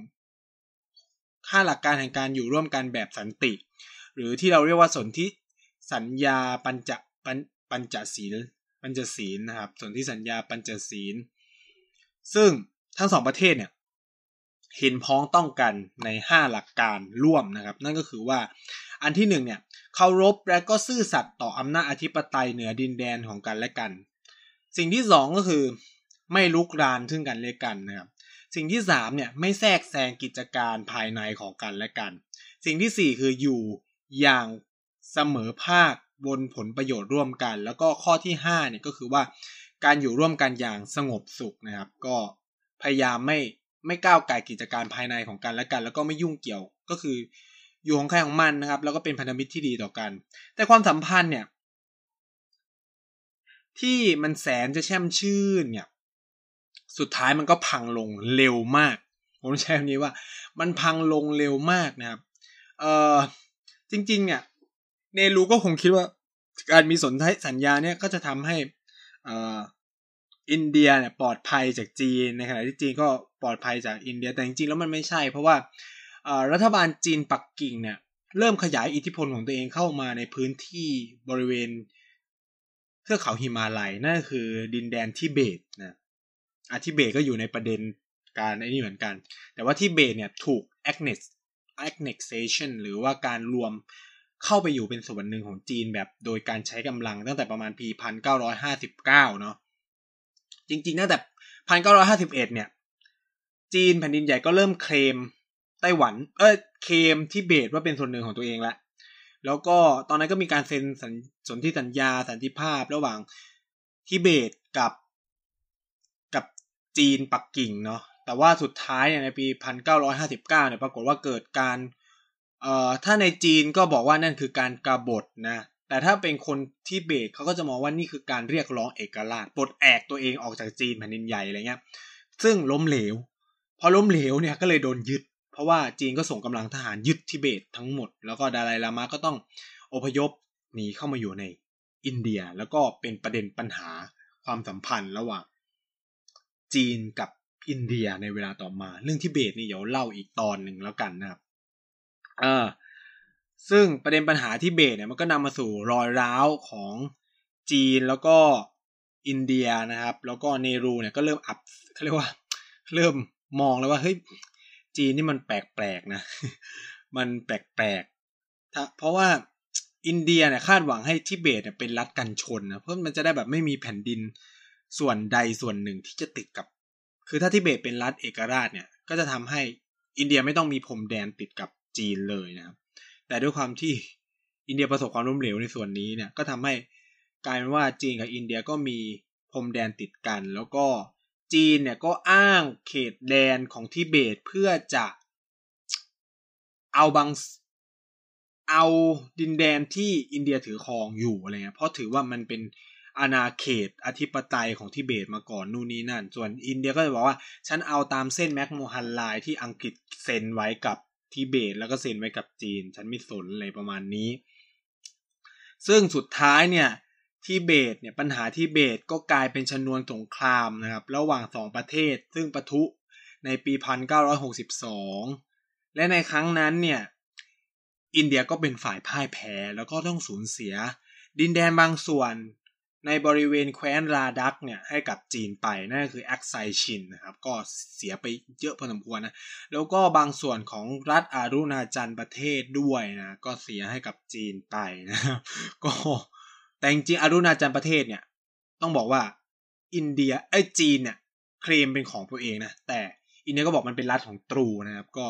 5หลักการแห่งการอยู่ร่วมกันแบบสันติหรือที่เราเรียกว่าสนธิสัญญาปัญจศีลนะครับสนธิสัญญาปัญจศีลซึ่งทั้ง2ประเทศเนี่ยเห็นพ้องต้องกันใน5หลักการร่วมนะครับนั่นก็คือว่าอันที่1เนี่ยเคารพและก็ซื่อสัตย์ต่ออำนาจอธิปไตยเหนือดินแดนของกันและกันสิ่งที่2ก็คือไม่ลุกรานซึ่งกันและกันนะครับสิ่งที่3เนี่ยไม่แทรกแซงกิจการภายในของกันและกันสิ่งที่4คืออยู่อย่างเสมอภาคบนผลประโยชน์ร่วมกันแล้วก็ข้อที่5เนี่ยก็คือว่าการอยู่ร่วมกันอย่างสงบสุขนะครับก็พยายามไม่ก้าวไก่กิจการภายในของกันและกันแล้วก็ไม่ยุ่งเกี่ยวก็คืออยู่ของใครของมันนะครับแล้วก็เป็นพันธมิตรที่ดีต่อกันแต่ความสัมพันธ์เนี่ยที่มันแสนจะแช่มชื่นเนี่ยสุดท้ายมันก็พังลงเร็วมากผมใช้คำนี้ว่ามันพังลงเร็วมากนะครับจริงๆเนี่ยเนรูก็คงคิดว่าการมีสนธิสัญญาเนี่ยก็จะทำให้อินเดียเนี่ยปลอดภัยจากจีนในขณะที่จีนก็ปลอดภัยจากอินเดียแต่จริงๆแล้วมันไม่ใช่เพราะว่ารัฐบาลจีนปักกิ่งเนี่ยเริ่มขยายอิทธิพลของตัวเองเข้ามาในพื้นที่บริเวณเทือกเขาหิมาลัยนั่นคือดินแดนทิเบตนะทิเบตก็อยู่ในประเด็นการไอ้นี่เหมือนกันแต่ว่าทิเบตเนี่ยถูก annexation หรือว่าการรวมเข้าไปอยู่เป็นส่วนหนึ่งของจีนแบบโดยการใช้กำลังตั้งแต่ประมาณปี 1959 เนาะจริงๆตั้งแต่ 1951 เนี่ยจีนแผ่นดินใหญ่ก็เริ่มเคลมไต้หวันเคลมทิเบตว่าเป็นส่วนหนึ่งของตัวเองแล้วก็ตอนนั้นก็มีการเซ็นสนธิสัญญาสันติภาพระหว่างทิเบตกับจีนปักกิ่งเนาะแต่ว่าสุดท้ายในปี 1959 เนี่ยปรากฏว่าเกิดการถ้าในจีนก็บอกว่านั่นคือการกบฏนะแต่ถ้าเป็นคนทิเบตเขาก็จะมองว่านี่คือการเรียกร้องเอกราชปลดแอกตัวเองออกจากจีนแผ่นดินใหญ่อะไรเงี้ยซึ่งล้มเหลวพอล้มเหลวเนี่ยก็เลยโดนยึดเพราะว่าจีนก็ส่งกำลังทหารยึดทิเบตทั้งหมดแล้วก็ดาไลลามะก็ต้องอพยพหนีเข้ามาอยู่ในอินเดียแล้วก็เป็นประเด็นปัญหาความสัมพันธ์ระหว่างจีนกับอินเดียในเวลาต่อมาเรื่องทิเบตนี่เดี๋ยวเล่าอีกตอนหนึ่งแล้วกันนะครับซึ่งประเด็นปัญหาทิเบตเนี่ยมันก็นำมาสู่รอยร้าวของจีนแล้วก็อินเดียนะครับแล้วก็เนรูเนี่ยก็เริ่มเขาเรียกว่าเริ่มมองแล้วว่าเฮ้ยจีนนี่มันแปลกๆนะ มันแปลกๆเพราะว่าอินเดียเนี่ยคาดหวังให้ทิเบตเนี่ยเป็นรัฐกันชนนะเพราะมันจะได้แบบไม่มีแผ่นดินส่วนใดส่วนหนึ่งที่จะติดกับคือถ้าทิเบตเป็นรัฐเอกราชเนี่ยก็จะทำให้อินเดียไม่ต้องมีพรมแดนติดกับจีนเลยนะครับแต่ด้วยความที่อินเดียประสบความล้มเหลวในส่วนนี้เนี่ยก็ทำให้กลายเป็นว่าจีนกับอินเดียก็มีพรมแดนติดกันแล้วก็จีนเนี่ยก็อ้างเขตแดนของทิเบตเพื่อจะเอาดินแดนที่อินเดียถือครองอยู่อะไรเงี้ยเพราะถือว่ามันเป็นอาณาเขตอธิปไตยของทิเบตมาก่อนนู่นนี่นั่นส่วนอินเดียก็จะบอกว่าฉันเอาตามเส้นแมคโมฮันไลน์ที่อังกฤษเซ็นไว้กับทิเบตแล้วก็เซ็นไว้กับจีนฉันไม่สนอะไรประมาณนี้ซึ่งสุดท้ายเนี่ยทิเบตเนี่ยปัญหาทิเบตก็กลายเป็นชนวนสงครามนะครับระหว่างสองประเทศซึ่งปะทุในปี 1962 และในครั้งนั้นเนี่ยอินเดียก็เป็นฝ่ายพ่ายแพ้แล้วก็ต้องสูญเสียดินแดนบางส่วนในบริเวณแคว้นลาดักเนี่ยให้กับจีนไปนั่นคือแอคไซชินนะครับก็เสียไปเยอะพอสมควรนะแล้วก็บางส่วนของรัฐอารุณาจันประเทศด้วยนะก็เสียให้กับจีนไปนะครับก็แต่จริงๆอารุณาจันประเทศเนี่ยต้องบอกว่าอินเดียจีนเนี่ยเคลมเป็นของตัวเองนะแต่อินเดียก็บอกมันเป็นรัฐของตรูนะครับก็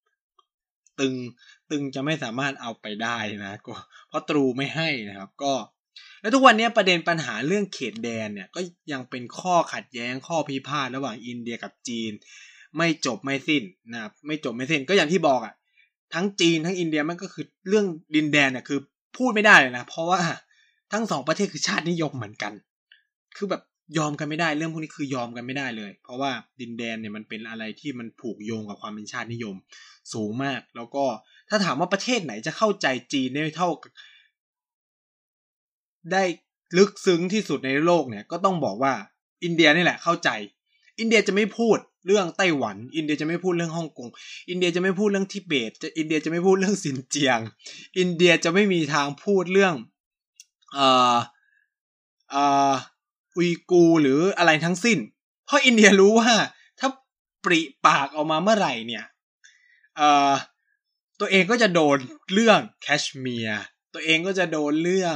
ตึงจะไม่สามารถเอาไปได้นะก็เพราะตรูไม่ให้นะครับก็แล้วทุกวันนี้ประเด็นปัญหาเรื่องเขตแดนเนี่ยก็ยังเป็นข้อขัดแย้งข้อพิพาทระหว่างอินเดียกับจีนไม่จบไม่สิ้นนะครับไม่จบไม่สิ้นก็อย่างที่บอกอ่ะทั้งจีนทั้งอินเดียมันก็คือเรื่องดินแดนเนี่ยคือพูดไม่ได้เลยนะเพราะว่าทั้งสองประเทศคือชาตินิยมเหมือนกันคือแบบยอมกันไม่ได้เรื่องพวกนี้คือยอมกันไม่ได้เลยเพราะว่าดินแดนเนี่ยมันเป็นอะไรที่มันผูกโยงกับความเป็นชาตินิยมสูงมากแล้วก็ถ้าถามว่าประเทศไหนจะเข้าใจจีนได้เท่าได้ลึกซึ้งที่สุดในโลกเนี่ยก็ต้องบอกว่าอินเดียนี่แหละเข้าใจอินเดียจะไม่พูดเรื่องไต้หวันอินเดียจะไม่พูดเรื่องฮ่องกงอินเดียจะไม่พูดเรื่องทิเบตอินเดียจะไม่พูดเรื่องซินเจียงอินเดียจะไม่มีทางพูดเรื่องอุยกูร์หรืออะไรทั้งสิ้นเพราะอินเดียรู้ว่าถ้าปริปากออกมาเมื่อไหร่เนี่ยตัวเองก็จะโดนเรื่องแคชเมียร์ตัวเองก็จะโดนเรื่อง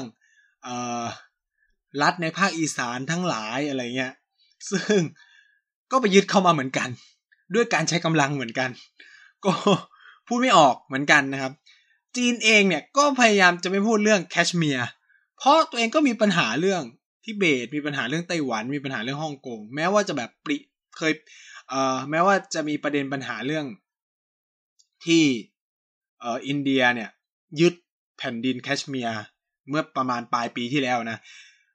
รัฐในภาคอีสานทั้งหลายอะไรเงี้ยซึ่งก็ไปยึดเข้ามาเหมือนกันด้วยการใช้กำลังเหมือนกันก็พูดไม่ออกเหมือนกันนะครับจีนเองเนี่ยก็พยายามจะไม่พูดเรื่องแคชเมียร์เพราะตัวเองก็มีปัญหาเรื่องทิเบตมีปัญหาเรื่องไต้หวันมีปัญหาเรื่องฮ่องกงแม้ว่าจะแบบเคยแม้ว่าจะมีประเด็นปัญหาเรื่องที่อินเดียเนี่ยยึดแผ่นดินแคชเมียร์เมื่อประมาณปลายปีที่แล้วนะ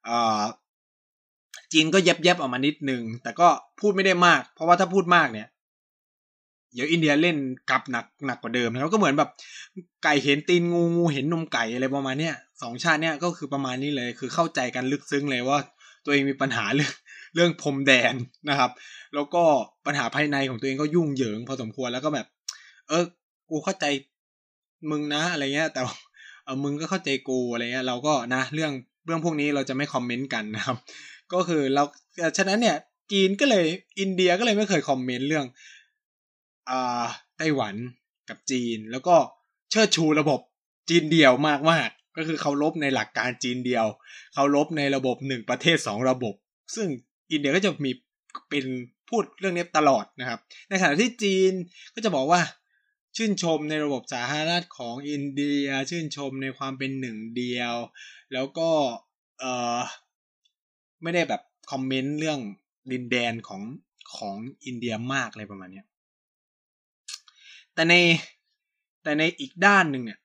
จีนก็แยบออกมานิดนึงแต่ก็พูดไม่ได้มากเพราะว่าถ้าพูดมากเนี่ยเดี๋ยวอินเดียเล่นกลับหนักกว่าเดิมแล้วก็เหมือนแบบไก่เห็นตีนงูเห็นนมไก่อะไรประมาณเนี้ยสองชาติเนี้ยก็คือประมาณนี้เลยคือเข้าใจกันลึกซึ้งเลยว่าตัวเองมีปัญหาเรื่องพรมแดนนะครับแล้วก็ปัญหาภายในของตัวเองก็ยุ่งเหยิงพอสมควรแล้วก็แบบกูเข้าใจมึงนะอะไรเงี้ยแต่มึงก็เข้าใจกูอะไรเงี้ยเราก็นะเรื่องพวกนี้เราจะไม่คอมเมนต์กันนะครับก็คือเราฉะนั้นเนี่ยจีนก็เลยอินเดียก็เลยไม่เคยคอมเมนต์เรื่องไต้หวันกับจีนแล้วก็เชิดชูระบบจีนเดียวมากๆก็คือเคารพในหลักการจีนเดียวเคารพในระบบ1ประเทศ2ระบบซึ่งอินเดียก็จะมีเป็นพูดเรื่องนี้ตลอดนะครับในขณะที่จีนก็จะบอกว่าชื่นชมในระบบสาธารณรัฐของอินเดียชื่นชมในความเป็นหนึ่งเดียวแล้วก็ไม่ได้แบบคอมเมนต์เรื่องดินแดนของอินเดียมากอะไรประมาณนี้แต่ในอีกด้านหนึ่งเนี่ย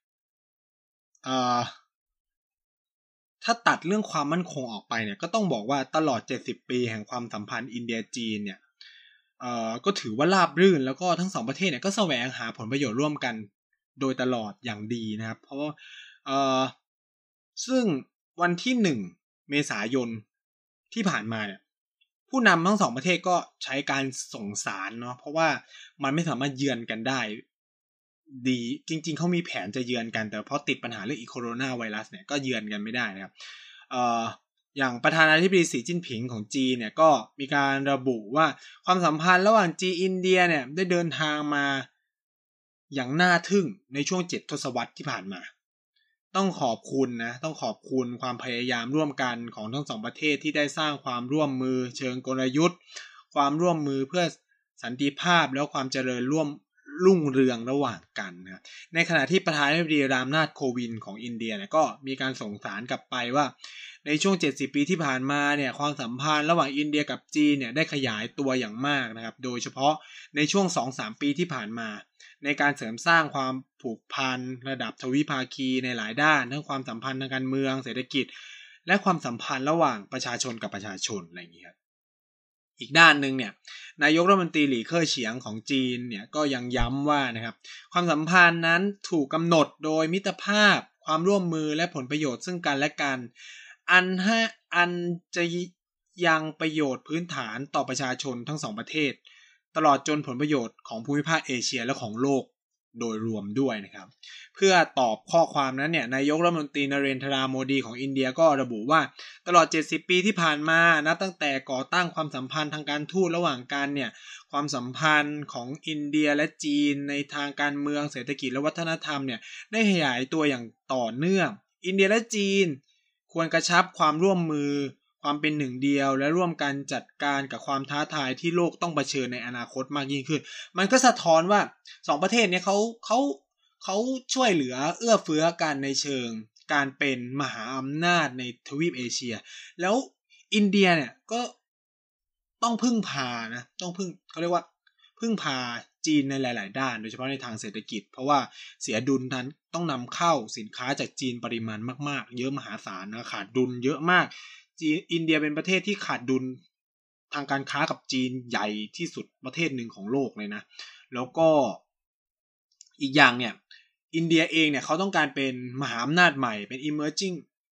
ถ้าตัดเรื่องความมั่นคงออกไปเนี่ยก็ต้องบอกว่าตลอด70ปีแห่งความสัมพันธ์อินเดียจีนเนี่ยก็ถือว่าราบรื่นแล้วก็ทั้งสองประเทศเนี่ยก็แสวงหาผลประโยชน์ร่วมกันโดยตลอดอย่างดีนะครับเพราะว่าซึ่งวันที่1เมษายนที่ผ่านมาเนี่ยผู้นำทั้งสองประเทศก็ใช้การส่งสารเนาะเพราะว่ามันไม่สามารถเยือนกันได้ดีจริงๆเขามีแผนจะเยือนกันแต่เพราะติดปัญหาเรื่องอีโคโรนาไวรัสเนี่ยก็เยือนกันไม่ได้นะครับอย่างประธานาธิบดีสีจิ้นผิงของจีนเนี่ยก็มีการระบุว่าความสัมพันธ์ระหว่างจีนอินเดียเนี่ยได้เดินทางมาอย่างน่าทึ่งในช่วง7 ทศวรรษที่ผ่านมาต้องขอบคุณความพยายามร่วมกันของทั้งสองประเทศที่ได้สร้างความร่วมมือเชิงกลยุทธ์ความร่วมมือเพื่อสันติภาพแล้วความเจริญร่วมรุ่งเรืองระหว่างกันนะครับในขณะที่ประธานาธิบดีรามนาถโควินของอินเดียเนี่ยก็มีการส่งสารกลับไปว่าในช่วง70ปีที่ผ่านมาเนี่ยความสัมพันธ์ระหว่างอินเดียกับจีนเนี่ยได้ขยายตัวอย่างมากนะครับโดยเฉพาะในช่วง 2-3 ปีที่ผ่านมาในการเสริมสร้างความผูกพันระดับทวิภาคีในหลายด้านทั้งความสัมพันธ์ทางการเมืองเศรษฐกิจและความสัมพันธ์ระหว่างประชาชนกับประชาชนอะไรอย่างนี้ครับอีกด้านหนึ่งเนี่ยนายกรัฐมนตรีหลี่เค่อเฉียงของจีนเนี่ยก็ยังย้ำว่านะครับความสัมพันธ์นั้นถูกกำหนดโดยมิตรภาพความร่วมมือและผลประโยชน์ซึ่งกันและกันอันจะยังประโยชน์พื้นฐานต่อประชาชนทั้งสองประเทศตลอดจนผลประโยชน์ของภูมิภาคเอเชียและของโลกโดยรวมด้วยนะครับเพื่อตอบข้อความนั้นเนี่ยนายกรัฐมนตรีนเรนทราโมดีของอินเดียก็ระบุว่าตลอด70ปีที่ผ่านมานับตั้งแต่ก่อตั้งความสัมพันธ์ทางการทูตระหว่างกันเนี่ยความสัมพันธ์ของอินเดียและจีนในทางการเมืองเศรษฐกิจและวัฒนธรรมเนี่ยได้ขยายตัวอย่างต่อเนื่องอินเดียและจีนควรกระชับความร่วมมือความเป็นหนึ่งเดียวและร่วมกันจัดการกับความท้าทายที่โลกต้องเผชิญในอนาคตมากยิ่งขึ้นมันก็สะท้อนว่าสองประเทศนี้เขาช่วยเหลือเอื้อเฟื้อกันในเชิงการเป็นมหาอำนาจในทวีปเอเชียแล้วอินเดียเนี่ยก็ต้องพึ่งพานะเขาเรียกว่าพึ่งพาจีนในหลายๆด้านโดยเฉพาะในทางเศรษฐกิจเพราะว่าเสียดุลนั้นต้องนำเข้าสินค้าจากจีนปริมาณมากๆเยอะมหาศาลนะขาดดุลเยอะมากอินเดียเป็นประเทศที่ขาดดุลทางการค้ากับจีนใหญ่ที่สุดประเทศหนึ่งของโลกเลยนะแล้วก็อีกอย่างเนี่ยอินเดียเองเนี่ยเขาต้องการเป็นมหาอำนาจใหม่เป็น emerging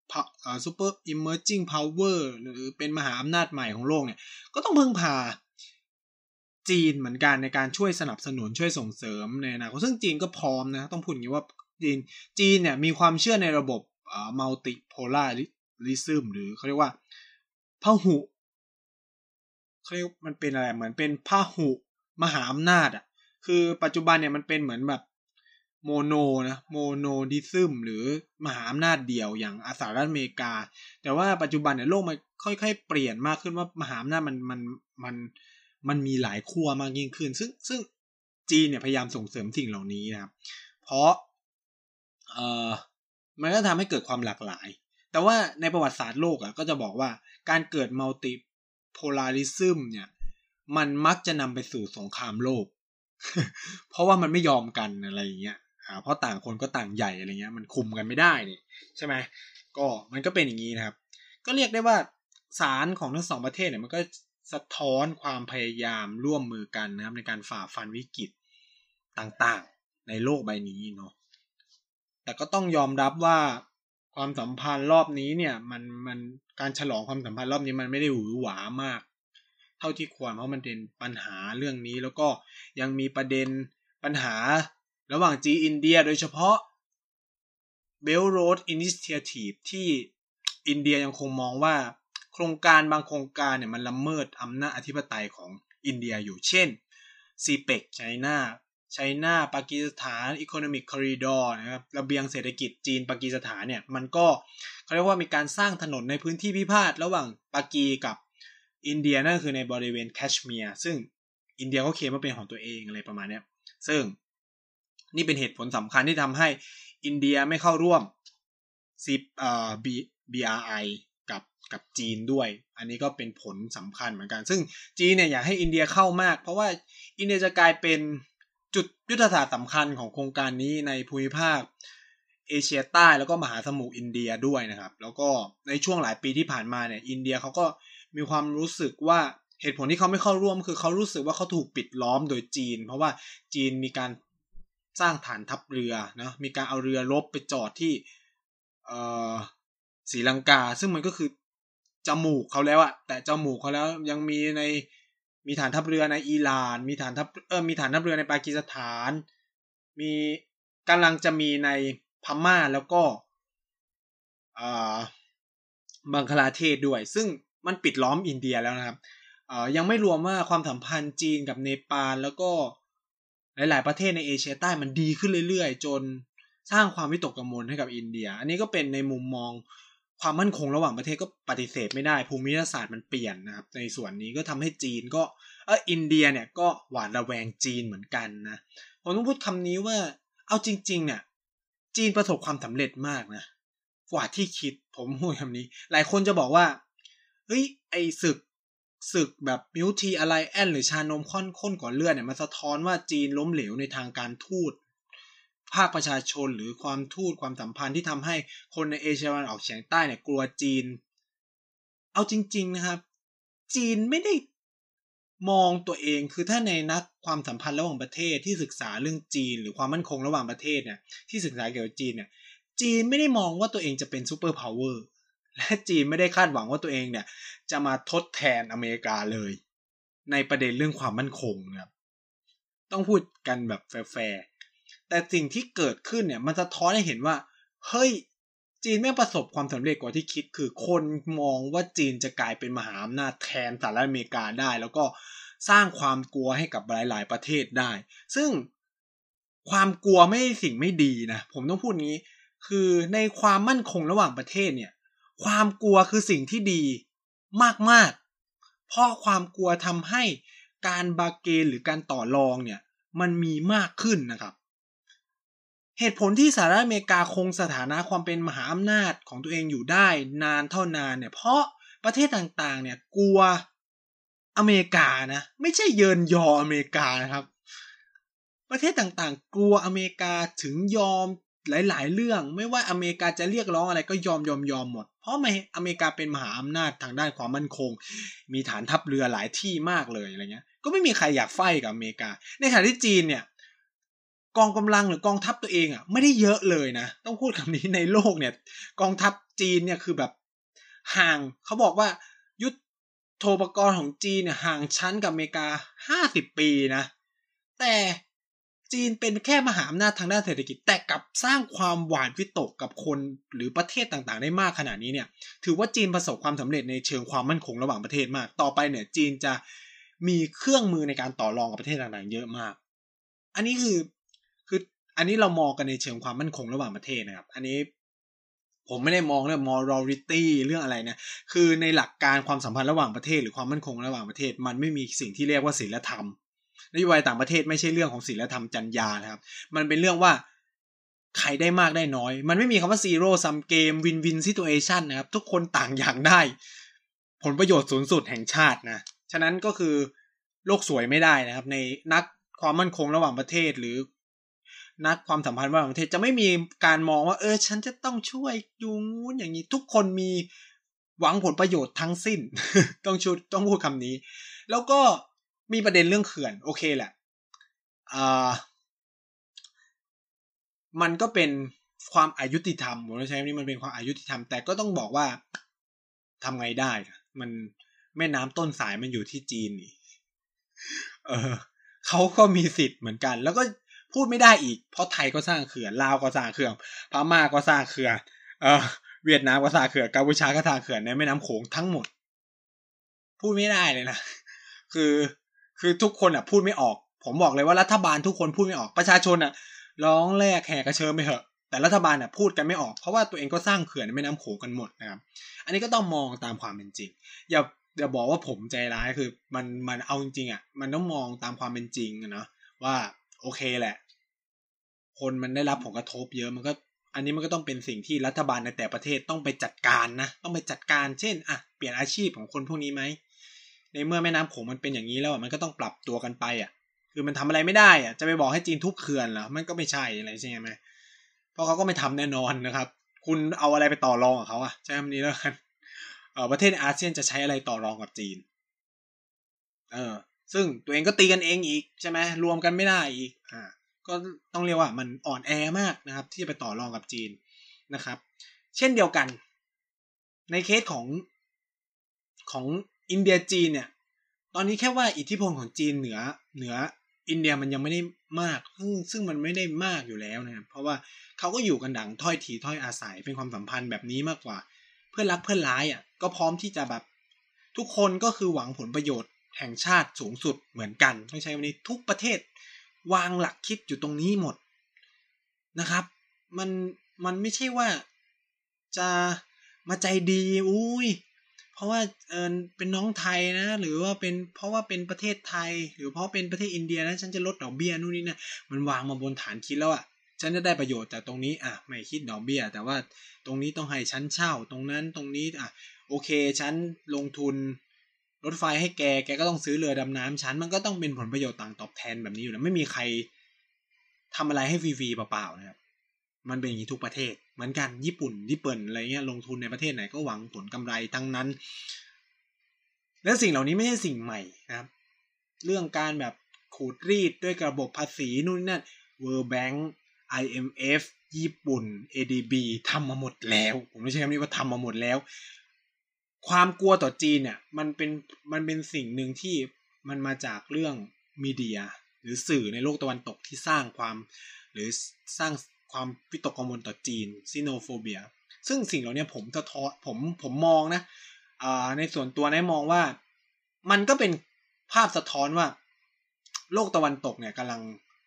super emerging power หรือเป็นมหาอำนาจใหม่ของโลกเนี่ยก็ต้องพึ่งพาจีนเหมือนกันในการช่วยสนับสนุนช่วยส่งเสริมในอนาคตซึ่งจีนก็พร้อมนะต้องพูดอย่างนี้ว่าจีนเนี่ยมีความเชื่อในระบบmultipolarism หรือเขาเรียกว่าพหุเขาเรียกมันเป็นอะไรเหมือนเป็นพหุมหาอำนาจอ่ะคือปัจจุบันเนี่ยมันเป็นเหมือนแบบโมโนดิซึมหรือมหาอำนาจเดี่ยวอย่างสหรัฐอเมริกาแต่ว่าปัจจุบันเนี่ยโลกมันค่อยๆเปลี่ยนมากขึ้นว่ามหาอำนาจมันมีหลายขั้วมากยิ่งขึ้นซึ่งจีนเนี่ยพยายามส่งเสริมสิ่งเหล่านี้นะครับเพราะเอ่อมันก็ทำให้เกิดความหลากหลายแต่ว่าในประวัติศาสตร์โลกก็จะบอกว่าการเกิดมัลติโพลาริซึมเนี่ยมันมักจะนำไปสู่สงครามโลก เพราะว่ามันไม่ยอมกันอะไรอย่างเงี้ยเพราะต่างคนก็ต่างใหญ่อะไรเงี้ยมันคุมกันไม่ได้นี่ใช่ไหมก็มันก็เป็นอย่างนี้นะครับก็เรียกได้ว่าศาลของทั้งสองประเทศเนี่ยมันก็สะท้อนความพยายามร่วมมือกันนะครับในการฝ่าฟันวิกฤตต่างๆในโลกใบนี้เนาะแต่ก็ต้องยอมรับว่าความสัมพันธ์รอบนี้เนี่ยมันการฉลองความสัมพันธ์รอบนี้มันไม่ได้หวือหวามากเท่าที่ควรเพราะมันเป็นปัญหาเรื่องนี้แล้วก็ยังมีประเด็นปัญหาระหว่างจีนอินเดียโดยเฉพาะ Belt Road Initiative ที่อินเดียยังคงมองว่าโครงการบางโครงการเนี่ยมันละเมิดอำนาจอธิปไตยของอินเดียอยู่เช่น CPEC ไชน่าปากีสถาน Economic Corridor นะครับระเบียงเศรษฐกิจจีนปากีสถานเนี่ยมันก็เขาเรียกว่ามีการสร้างถนนในพื้นที่พิพาทระหว่างปากีกับอินเดียนั่นคือในบริเวณแคชเมียร์ซึ่งอินเดียก็เคลมว่าเป็นของตัวเองอะไรประมาณนี้ซึ่งนี่เป็นเหตุผลสำคัญที่ทำให้อินเดียไม่เข้าร่วมBRI กับจีนด้วยอันนี้ก็เป็นผลสำคัญเหมือนกันซึ่งจีนเนี่ยอยากให้อินเดียเข้ามากเพราะว่าอินเดียจะกลายเป็นจุดยุทธศาสตร์สำคัญของโครงการนี้ในภูมิภาคเอเชียใต้แล้วก็มหาสมุทรอินเดียด้วยนะครับแล้วก็ในช่วงหลายปีที่ผ่านมาเนี่ยอินเดียเขาก็มีความรู้สึกว่าเหตุผลที่เขาไม่เข้าร่วมคือเขารู้สึกว่าเขาถูกปิดล้อมโดยจีนเพราะว่าจีนมีการสร้างฐานทัพเรือนะมีการเอาเรือรบไปจอดที่ศรีลังกาซึ่งมันก็คือจมูกเขาแล้วแต่จมูกเขาแล้วยังมีฐานทัพเรือในอิหร่านมีฐานทัพเรือในปากีสถานมีกำลังจะมีในพม่าแล้วก็บังคลาเทศด้วยซึ่งมันปิดล้อมอินเดียแล้วนะครับยังไม่รวมว่าความสัมพันธ์จีนกับเนปาลแล้วก็หลายๆประเทศในเอเชียใต้มันดีขึ้นเรื่อยๆจนสร้างความวิตกกังวลให้กับอินเดียอันนี้ก็เป็นในมุมมองความมั่นคงระหว่างประเทศก็ปฏิเสธไม่ได้ภูมิรัฐศาสตร์มันเปลี่ยนนะครับในส่วนนี้ก็ทำให้จีนก็อินเดียเนี่ยก็หวาดระแวงจีนเหมือนกันนะผมต้องพูดคำนี้ว่าเอาจริงๆเนี่ยจีนประสบความสำเร็จมากนะกว่าที่คิดผมพูดคำนี้หลายคนจะบอกว่าเฮ้ยไอศึกแบบมิวทีอะไรแอนหรือชานมข้นก่อนเลือดเนี่ยมันสะท้อนว่าจีนล้มเหลวในทางการทูตภาคประชาชนหรือความสัมพันธ์ที่ทำให้คนในเอเชียตะวันออกเฉียงใต้เนี่ยกลัวจีนเอาจริงๆนะครับจีนไม่ได้มองตัวเองคือถ้าในนักความสัมพันธ์ระหว่างประเทศที่ศึกษาเรื่องจีนหรือความมั่นคงระหว่างประเทศเนี่ยที่ศึกษาเกี่ยวกับจีนเนี่ยจีนไม่ได้มองว่าตัวเองจะเป็นซูเปอร์พาวเวอร์และจีนไม่ได้คาดหวังว่าตัวเองเนี่ยจะมาทดแทนอเมริกาเลยในประเด็นเรื่องความมั่นคงนะครับต้องพูดกันแบบแฟร์แต่สิ่งที่เกิดขึ้นเนี่ยมันสะท้อนให้เห็นว่าเฮ้ยจีนไม่ประสบความสำเร็จกว่าที่คิดคือคนมองว่าจีนจะกลายเป็นมหาอำนาจแทนสหรัฐอเมริกาได้แล้วก็สร้างความกลัวให้กับหลายๆประเทศได้ซึ่งความกลัวไม่ใช่สิ่งไม่ดีนะผมต้องพูดงี้คือในความมั่นคงระหว่างประเทศเนี่ยความกลัวคือสิ่งที่ดีมากๆเพราะความกลัวทำให้การบาร์เกนหรือการต่อรองเนี่ยมันมีมากขึ้นนะครับเหตุผลที่สหรัฐอเมริกาคงสถานะความเป็นมหาอำนาจของตัวเองอยู่ได้นานเท่านานเนี่ยเพราะประเทศต่างๆเนี่ยกลัวอเมริกานะไม่ใช่เยินยออเมริกานะครับประเทศต่างๆกลัวอเมริกาถึงยอมหลายๆเรื่องไม่ว่าอเมริกาจะเรียกร้องอะไรก็ยอมหมดเพราะอเมริกาเป็นมหาอำนาจทางด้านความมั่นคงมีฐานทัพเรือหลายที่มากเลยอะไรเงี้ยก็ไม่มีใครอยากไฟกับอเมริกาในขณะที่จีนเนี่ยกองกำลังหรือกองทัพตัวเองไม่ได้เยอะเลยนะต้องพูดคำนี้ในโลกเนี่ยกองทัพจีนเนี่ยคือแบบห่างเขาบอกว่ายุทโธปกรณ์ของจีนเนี่ยห่างชั้นกับอเมริกา50 ปีนะแต่จีนเป็นแค่มหาอำนาจทางด้านเศรษฐกิจแต่กลับสร้างความหวาดวิตกกับคนหรือประเทศต่างๆได้มากขนาดนี้เนี่ยถือว่าจีนประสบความสำเร็จในเชิงความมั่นคงระหว่างประเทศมากต่อไปเนี่ยจีนจะมีเครื่องมือในการต่อรองกับประเทศต่างๆเยอะมากอันนี้คืออันนี้เรามองกันในเชิงความมั่นคงระหว่างประเทศนะครับอันนี้ผมไม่ได้มองเรื่อง morality เรื่องอะไรนะคือในหลักการความสัมพันธ์ระหว่างประเทศหรือความมั่นคงระหว่างประเทศมันไม่มีสิ่งที่เรียกว่าศีลธรรมนโยบายต่างประเทศไม่ใช่เรื่องของศีลธรรมจรรยานะครับมันเป็นเรื่องว่าใครได้มากได้น้อยมันไม่มีคำว่า zero sum game win win situation นะครับทุกคนต่างอยากได้ผลประโยชน์สูงสุดแห่งชาตินะฉะนั้นก็คือโลกสวยไม่ได้นะครับในนักความมั่นคงระหว่างประเทศหรือนักความสัมพันธ์ระหว่างประเทศจะไม่มีการมองว่าฉันจะต้องช่วยอยู่งู้นอย่างนี้ทุกคนมีหวังผลประโยชน์ทั้งสิ้น ต้องพูดคำนี้แล้วก็มีประเด็นเรื่องเขื่อนโอเคแหละมันก็เป็นความอายุติธรรมผมจะใช้คำนี้มันเป็นความอายุติธรรมแต่ก็ต้องบอกว่าทำไงได้มันแม่น้ำต้นสายมันอยู่ที่จีนนี่เขาก็มีสิทธิ์เหมือนกันแล้วก็พูดไม่ได้อีกเพราะไทยก็สร้างเขื่อนลาวก็สร้างเขื่อนพม่าก็สร้างเขื่อนเวียดนามก็สร้างเขื่อนกัมพูชาก็สร้างเขื่อนในแม่น้ำโขงทั้งหมดพูดไม่ได้เลยนะคือทุกคนพูดไม่ออกผมบอกเลยว่ารัฐบาลทุกคนพูดไม่ออกประชาชนร้องแรกแห่กระเชิญไปเถอะแต่รัฐบาลพูดกันไม่ออกเพราะว่าตัวเองก็สร้างเขื่อนในแม่น้ำโขงกันหมดนะครับอันนี้ก็ต้องมองตามความเป็นจริงอย่าบอกว่าผมใจร้ายคือมันเอาจริงๆมันต้องมองตามความเป็นจริงนะว่าโอเคแหละคนมันได้รับผลกระทบเยอะมันก็อันนี้มันก็ต้องเป็นสิ่งที่รัฐบาลในแต่ประเทศต้องไปจัดการนะต้องไปจัดการเช่นเปลี่ยนอาชีพของคนพวกนี้ไหมในเมื่อแม่น้ำโขงมันเป็นอย่างนี้แล้วมันก็ต้องปรับตัวกันไปคือมันทำอะไรไม่ได้จะไปบอกให้จีนทุบเขื่อนเหรอมันก็ไม่ใช่อะไรใช่ไหมเพราะเขาก็ไม่ทำแน่นอนนะครับคุณเอาอะไรไปต่อรองกับเขาใช่คำนี้แล้วกันประเทศอาเซียนจะใช้อะไรต่อรองกับจีนซึ่งตัวเองก็ตีกันเองอีกใช่ไหมรวมกันไม่ได้อีกก็ต้องเรียกว่ามันอ่อนแอมากนะครับที่จะไปต่อรองกับจีนนะครับเช่นเดียวกันในเคสของอินเดียจีนเนี่ยตอนนี้แค่ว่าอิทธิพลของจีนเหนืออินเดียมันยังไม่ได้มากซึ่งมันไม่ได้มากอยู่แล้วนะครับเพราะว่าเขาก็อยู่กันดั่งถ้อยทีถ้อยอาศัยเป็นความสัมพันธ์แบบนี้มากกว่าเพื่อนรักเพื่อนร้ายก็พร้อมที่จะแบบทุกคนก็คือหวังผลประโยชน์แห่งชาติสูงสุดเหมือนกันต้องใช้วันนี้ทุกประเทศวางหลักคิดอยู่ตรงนี้หมดนะครับมันไม่ใช่ว่าจะมาใจดีเพราะว่าเป็นน้องไทยนะหรือว่าเป็นเพราะว่าเป็นประเทศไทยหรือเพราะเป็นประเทศอินเดียนะฉันจะลดดอกเบี้ยนู่นนี่นะมันวางมาบนฐานคิดแล้วฉันจะได้ประโยชน์จากตรงนี้ไม่คิดดอกเบี้ยแต่ว่าตรงนี้ต้องให้ฉันเช่าตรงนั้นตรงนี้โอเคฉันลงทุนรถไฟให้แกก็ต้องซื้อเรือดำน้ำฉันมันก็ต้องเป็นผลประโยชน์ต่างตอบแทนแบบนี้อยู่แล้วไม่มีใครทำอะไรให้ฟรีๆเปล่าๆนะครับมันเป็นอย่างนี้ทุกประเทศเหมือนกันญี่ปุ่นอะไรเงี้ยลงทุนในประเทศไหนก็หวังผลกำไรทั้งนั้นและสิ่งเหล่านี้ไม่ใช่สิ่งใหม่นะครับเรื่องการแบบขูดรีดด้วยระบบภาษีนู่นนั่น World Bank IMF ญี่ปุ่น ADB ทำมาหมดแล้วผมไม่ใช่คำนี้ว่าทำมาหมดแล้วความกลัวต่อจีนเนี่ยมันเป็นสิ่งหนึ่งที่มันมาจากเรื่องมีเดียหรือสื่อในโลกตะวันตกที่สร้างความหรือสร้างความวิตกกังวลต่อจีนซิโนโฟเบียซึ่งสิ่งเหล่านี้ผมมองนะในส่วนตัวนะมองว่ามันก็เป็นภาพสะท้อนว่าโลกตะวันตกเนี่ยกำลัง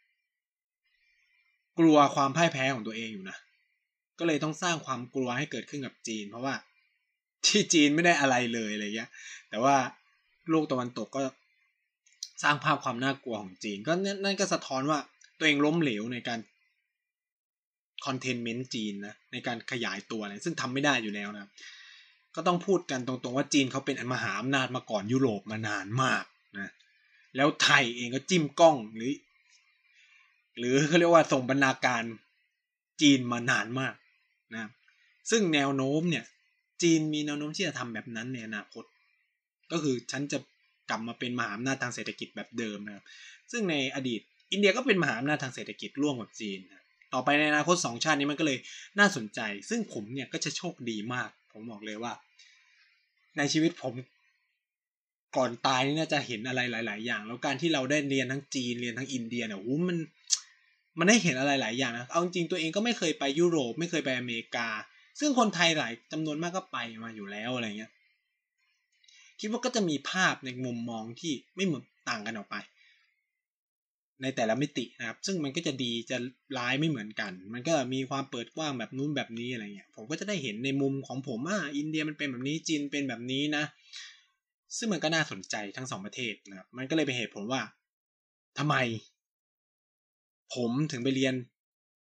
กลัวความพ่ายแพ้ของตัวเองอยู่นะก็เลยต้องสร้างความกลัวให้เกิดขึ้นกับจีนเพราะว่าที่จีนไม่ได้อะไรเลยอะไรเงี้ยแต่ว่าโลกตะวันตกก็สร้างภาพความน่ากลัวของจีนก็นั่นก็สะท้อนว่าตัวเองล้มเหลวในการคอนเทนเมนต์จีนนะในการขยายตัวนะซึ่งทำไม่ได้อยู่แล้วนะก็ต้องพูดกันตรงๆว่าจีนเขาเป็นมหาอำนาจมาก่อนยุโรปมานานมากนะแล้วไทยเองก็จิ้มกล้องหรือเขาเรียกว่าส่งบรรณาการจีนมานานมากนะซึ่งแนวโน้มเนี่ยจีนมีแนวโน้มที่จะทำแบบนั้นในอนาคตก็คือฉันจะกลับมาเป็นมหาอำนาจทางเศรษฐกิจแบบเดิมนะครับซึ่งในอดีตอินเดียก็เป็นมหาอำนาจทางเศรษฐกิจร่วมกับจีนนะต่อไปในอนาคต2ชาตินี้มันก็เลยน่าสนใจซึ่งผมเนี่ยก็จะโชคดีมากผมบอกเลยว่าในชีวิตผมก่อนตายนี่น่าจะเห็นอะไรหลายๆอย่างแล้วการที่เราได้เรียนทั้งจีนเรียนทั้งอินเดียเนี่ยมันได้เห็นอะไรหลายอย่างนะเอาจริงตัวเองก็ไม่เคยไปยุโรปไม่เคยไปอเมริกาซึ่งคนไทยหลายจำนวนมากก็ไปมาอยู่แล้วอะไรเงี้ยคิดว่าก็จะมีภาพในมุมมองที่ไม่เหมือนต่างกันออกไปในแต่ละมิตินะครับซึ่งมันก็จะดีจะร้ายไม่เหมือนกันมันก็มีความเปิดกว้างแบบนู้นแบบนี้อะไรเงี้ยผมก็จะได้เห็นในมุมของผมอินเดียมันเป็นแบบนี้จีนเป็นแบบนี้นะซึ่งมันก็น่าสนใจทั้งสองประเทศนะครับมันก็เลยเป็นเหตุผลว่าทำไมผมถึงไปเรียน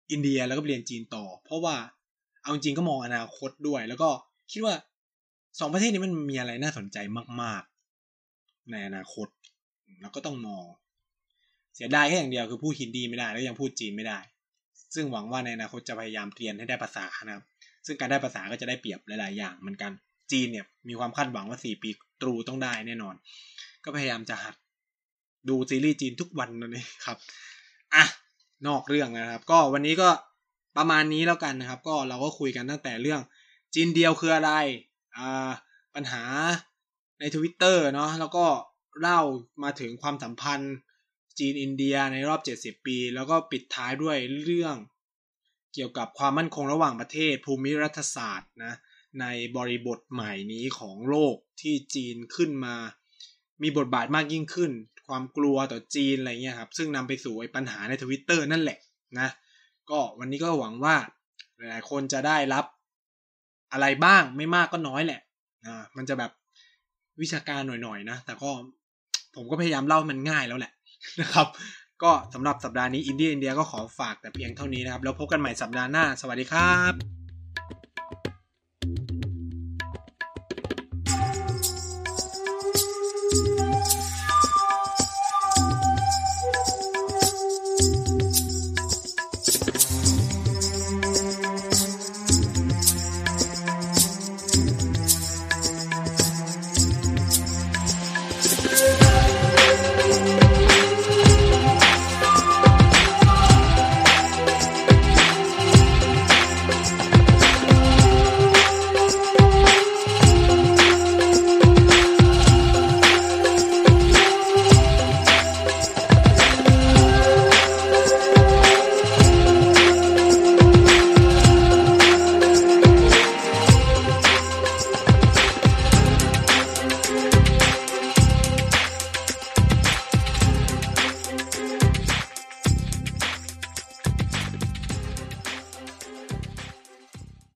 อินเดียแล้วก็เรียนจีนต่อเพราะว่าเอาจริงก็มองอนาคตด้วยแล้วก็คิดว่า2ประเทศนี้มันมีอะไรน่าสนใจมากๆในอนาคตแล้วก็ต้องมองเสียดายแค่อย่างเดียวคือพูดฮินดีไม่ได้แล้วยังพูดจีนไม่ได้ซึ่งหวังว่าในอนาคตจะพยายามเรียนให้ได้ภาษานะครับซึ่งการได้ภาษาก็จะได้เปรียบหลายๆอย่างเหมือนกันจีนเนี่ยมีความคาดหวังว่า4 ปีตรูต้องได้แน่นอนก็พยายามจะหัดดูซีรีส์จีนทุกวันนี่ครับอ่ะนอกเรื่องนะครับก็วันนี้ก็ประมาณนี้แล้วกันนะครับก็เราก็คุยกันตั้งแต่เรื่องจีนเดียวคืออะไรปัญหาใน Twitter เนาะแล้วก็เล่ามาถึงความสัมพันธ์จีนอินเดียในรอบ70 ปีแล้วก็ปิดท้ายด้วยเรื่องเกี่ยวกับความมั่นคงระหว่างประเทศภูมิรัฐศาสตร์นะในบริบทใหม่นี้ของโลกที่จีนขึ้นมามีบทบาทมากยิ่งขึ้นความกลัวต่อจีนอะไรเงี้ยครับซึ่งนำไปสู่ปัญหาใน Twitter นั่นแหละนะก็วันนี้ก็หวังว่าหลายๆคนจะได้รับอะไรบ้างไม่มากก็น้อยแหละมันจะแบบวิชาการหน่อยๆนะแต่ก็ผมก็พยายามเล่ามันง่ายแล้วแหละนะครับก็สำหรับสัปดาห์นี้อินเดียก็ขอฝากแต่เพียงเท่านี้นะครับแล้วพบกันใหม่สัปดาห์หน้าสวัสดีครับ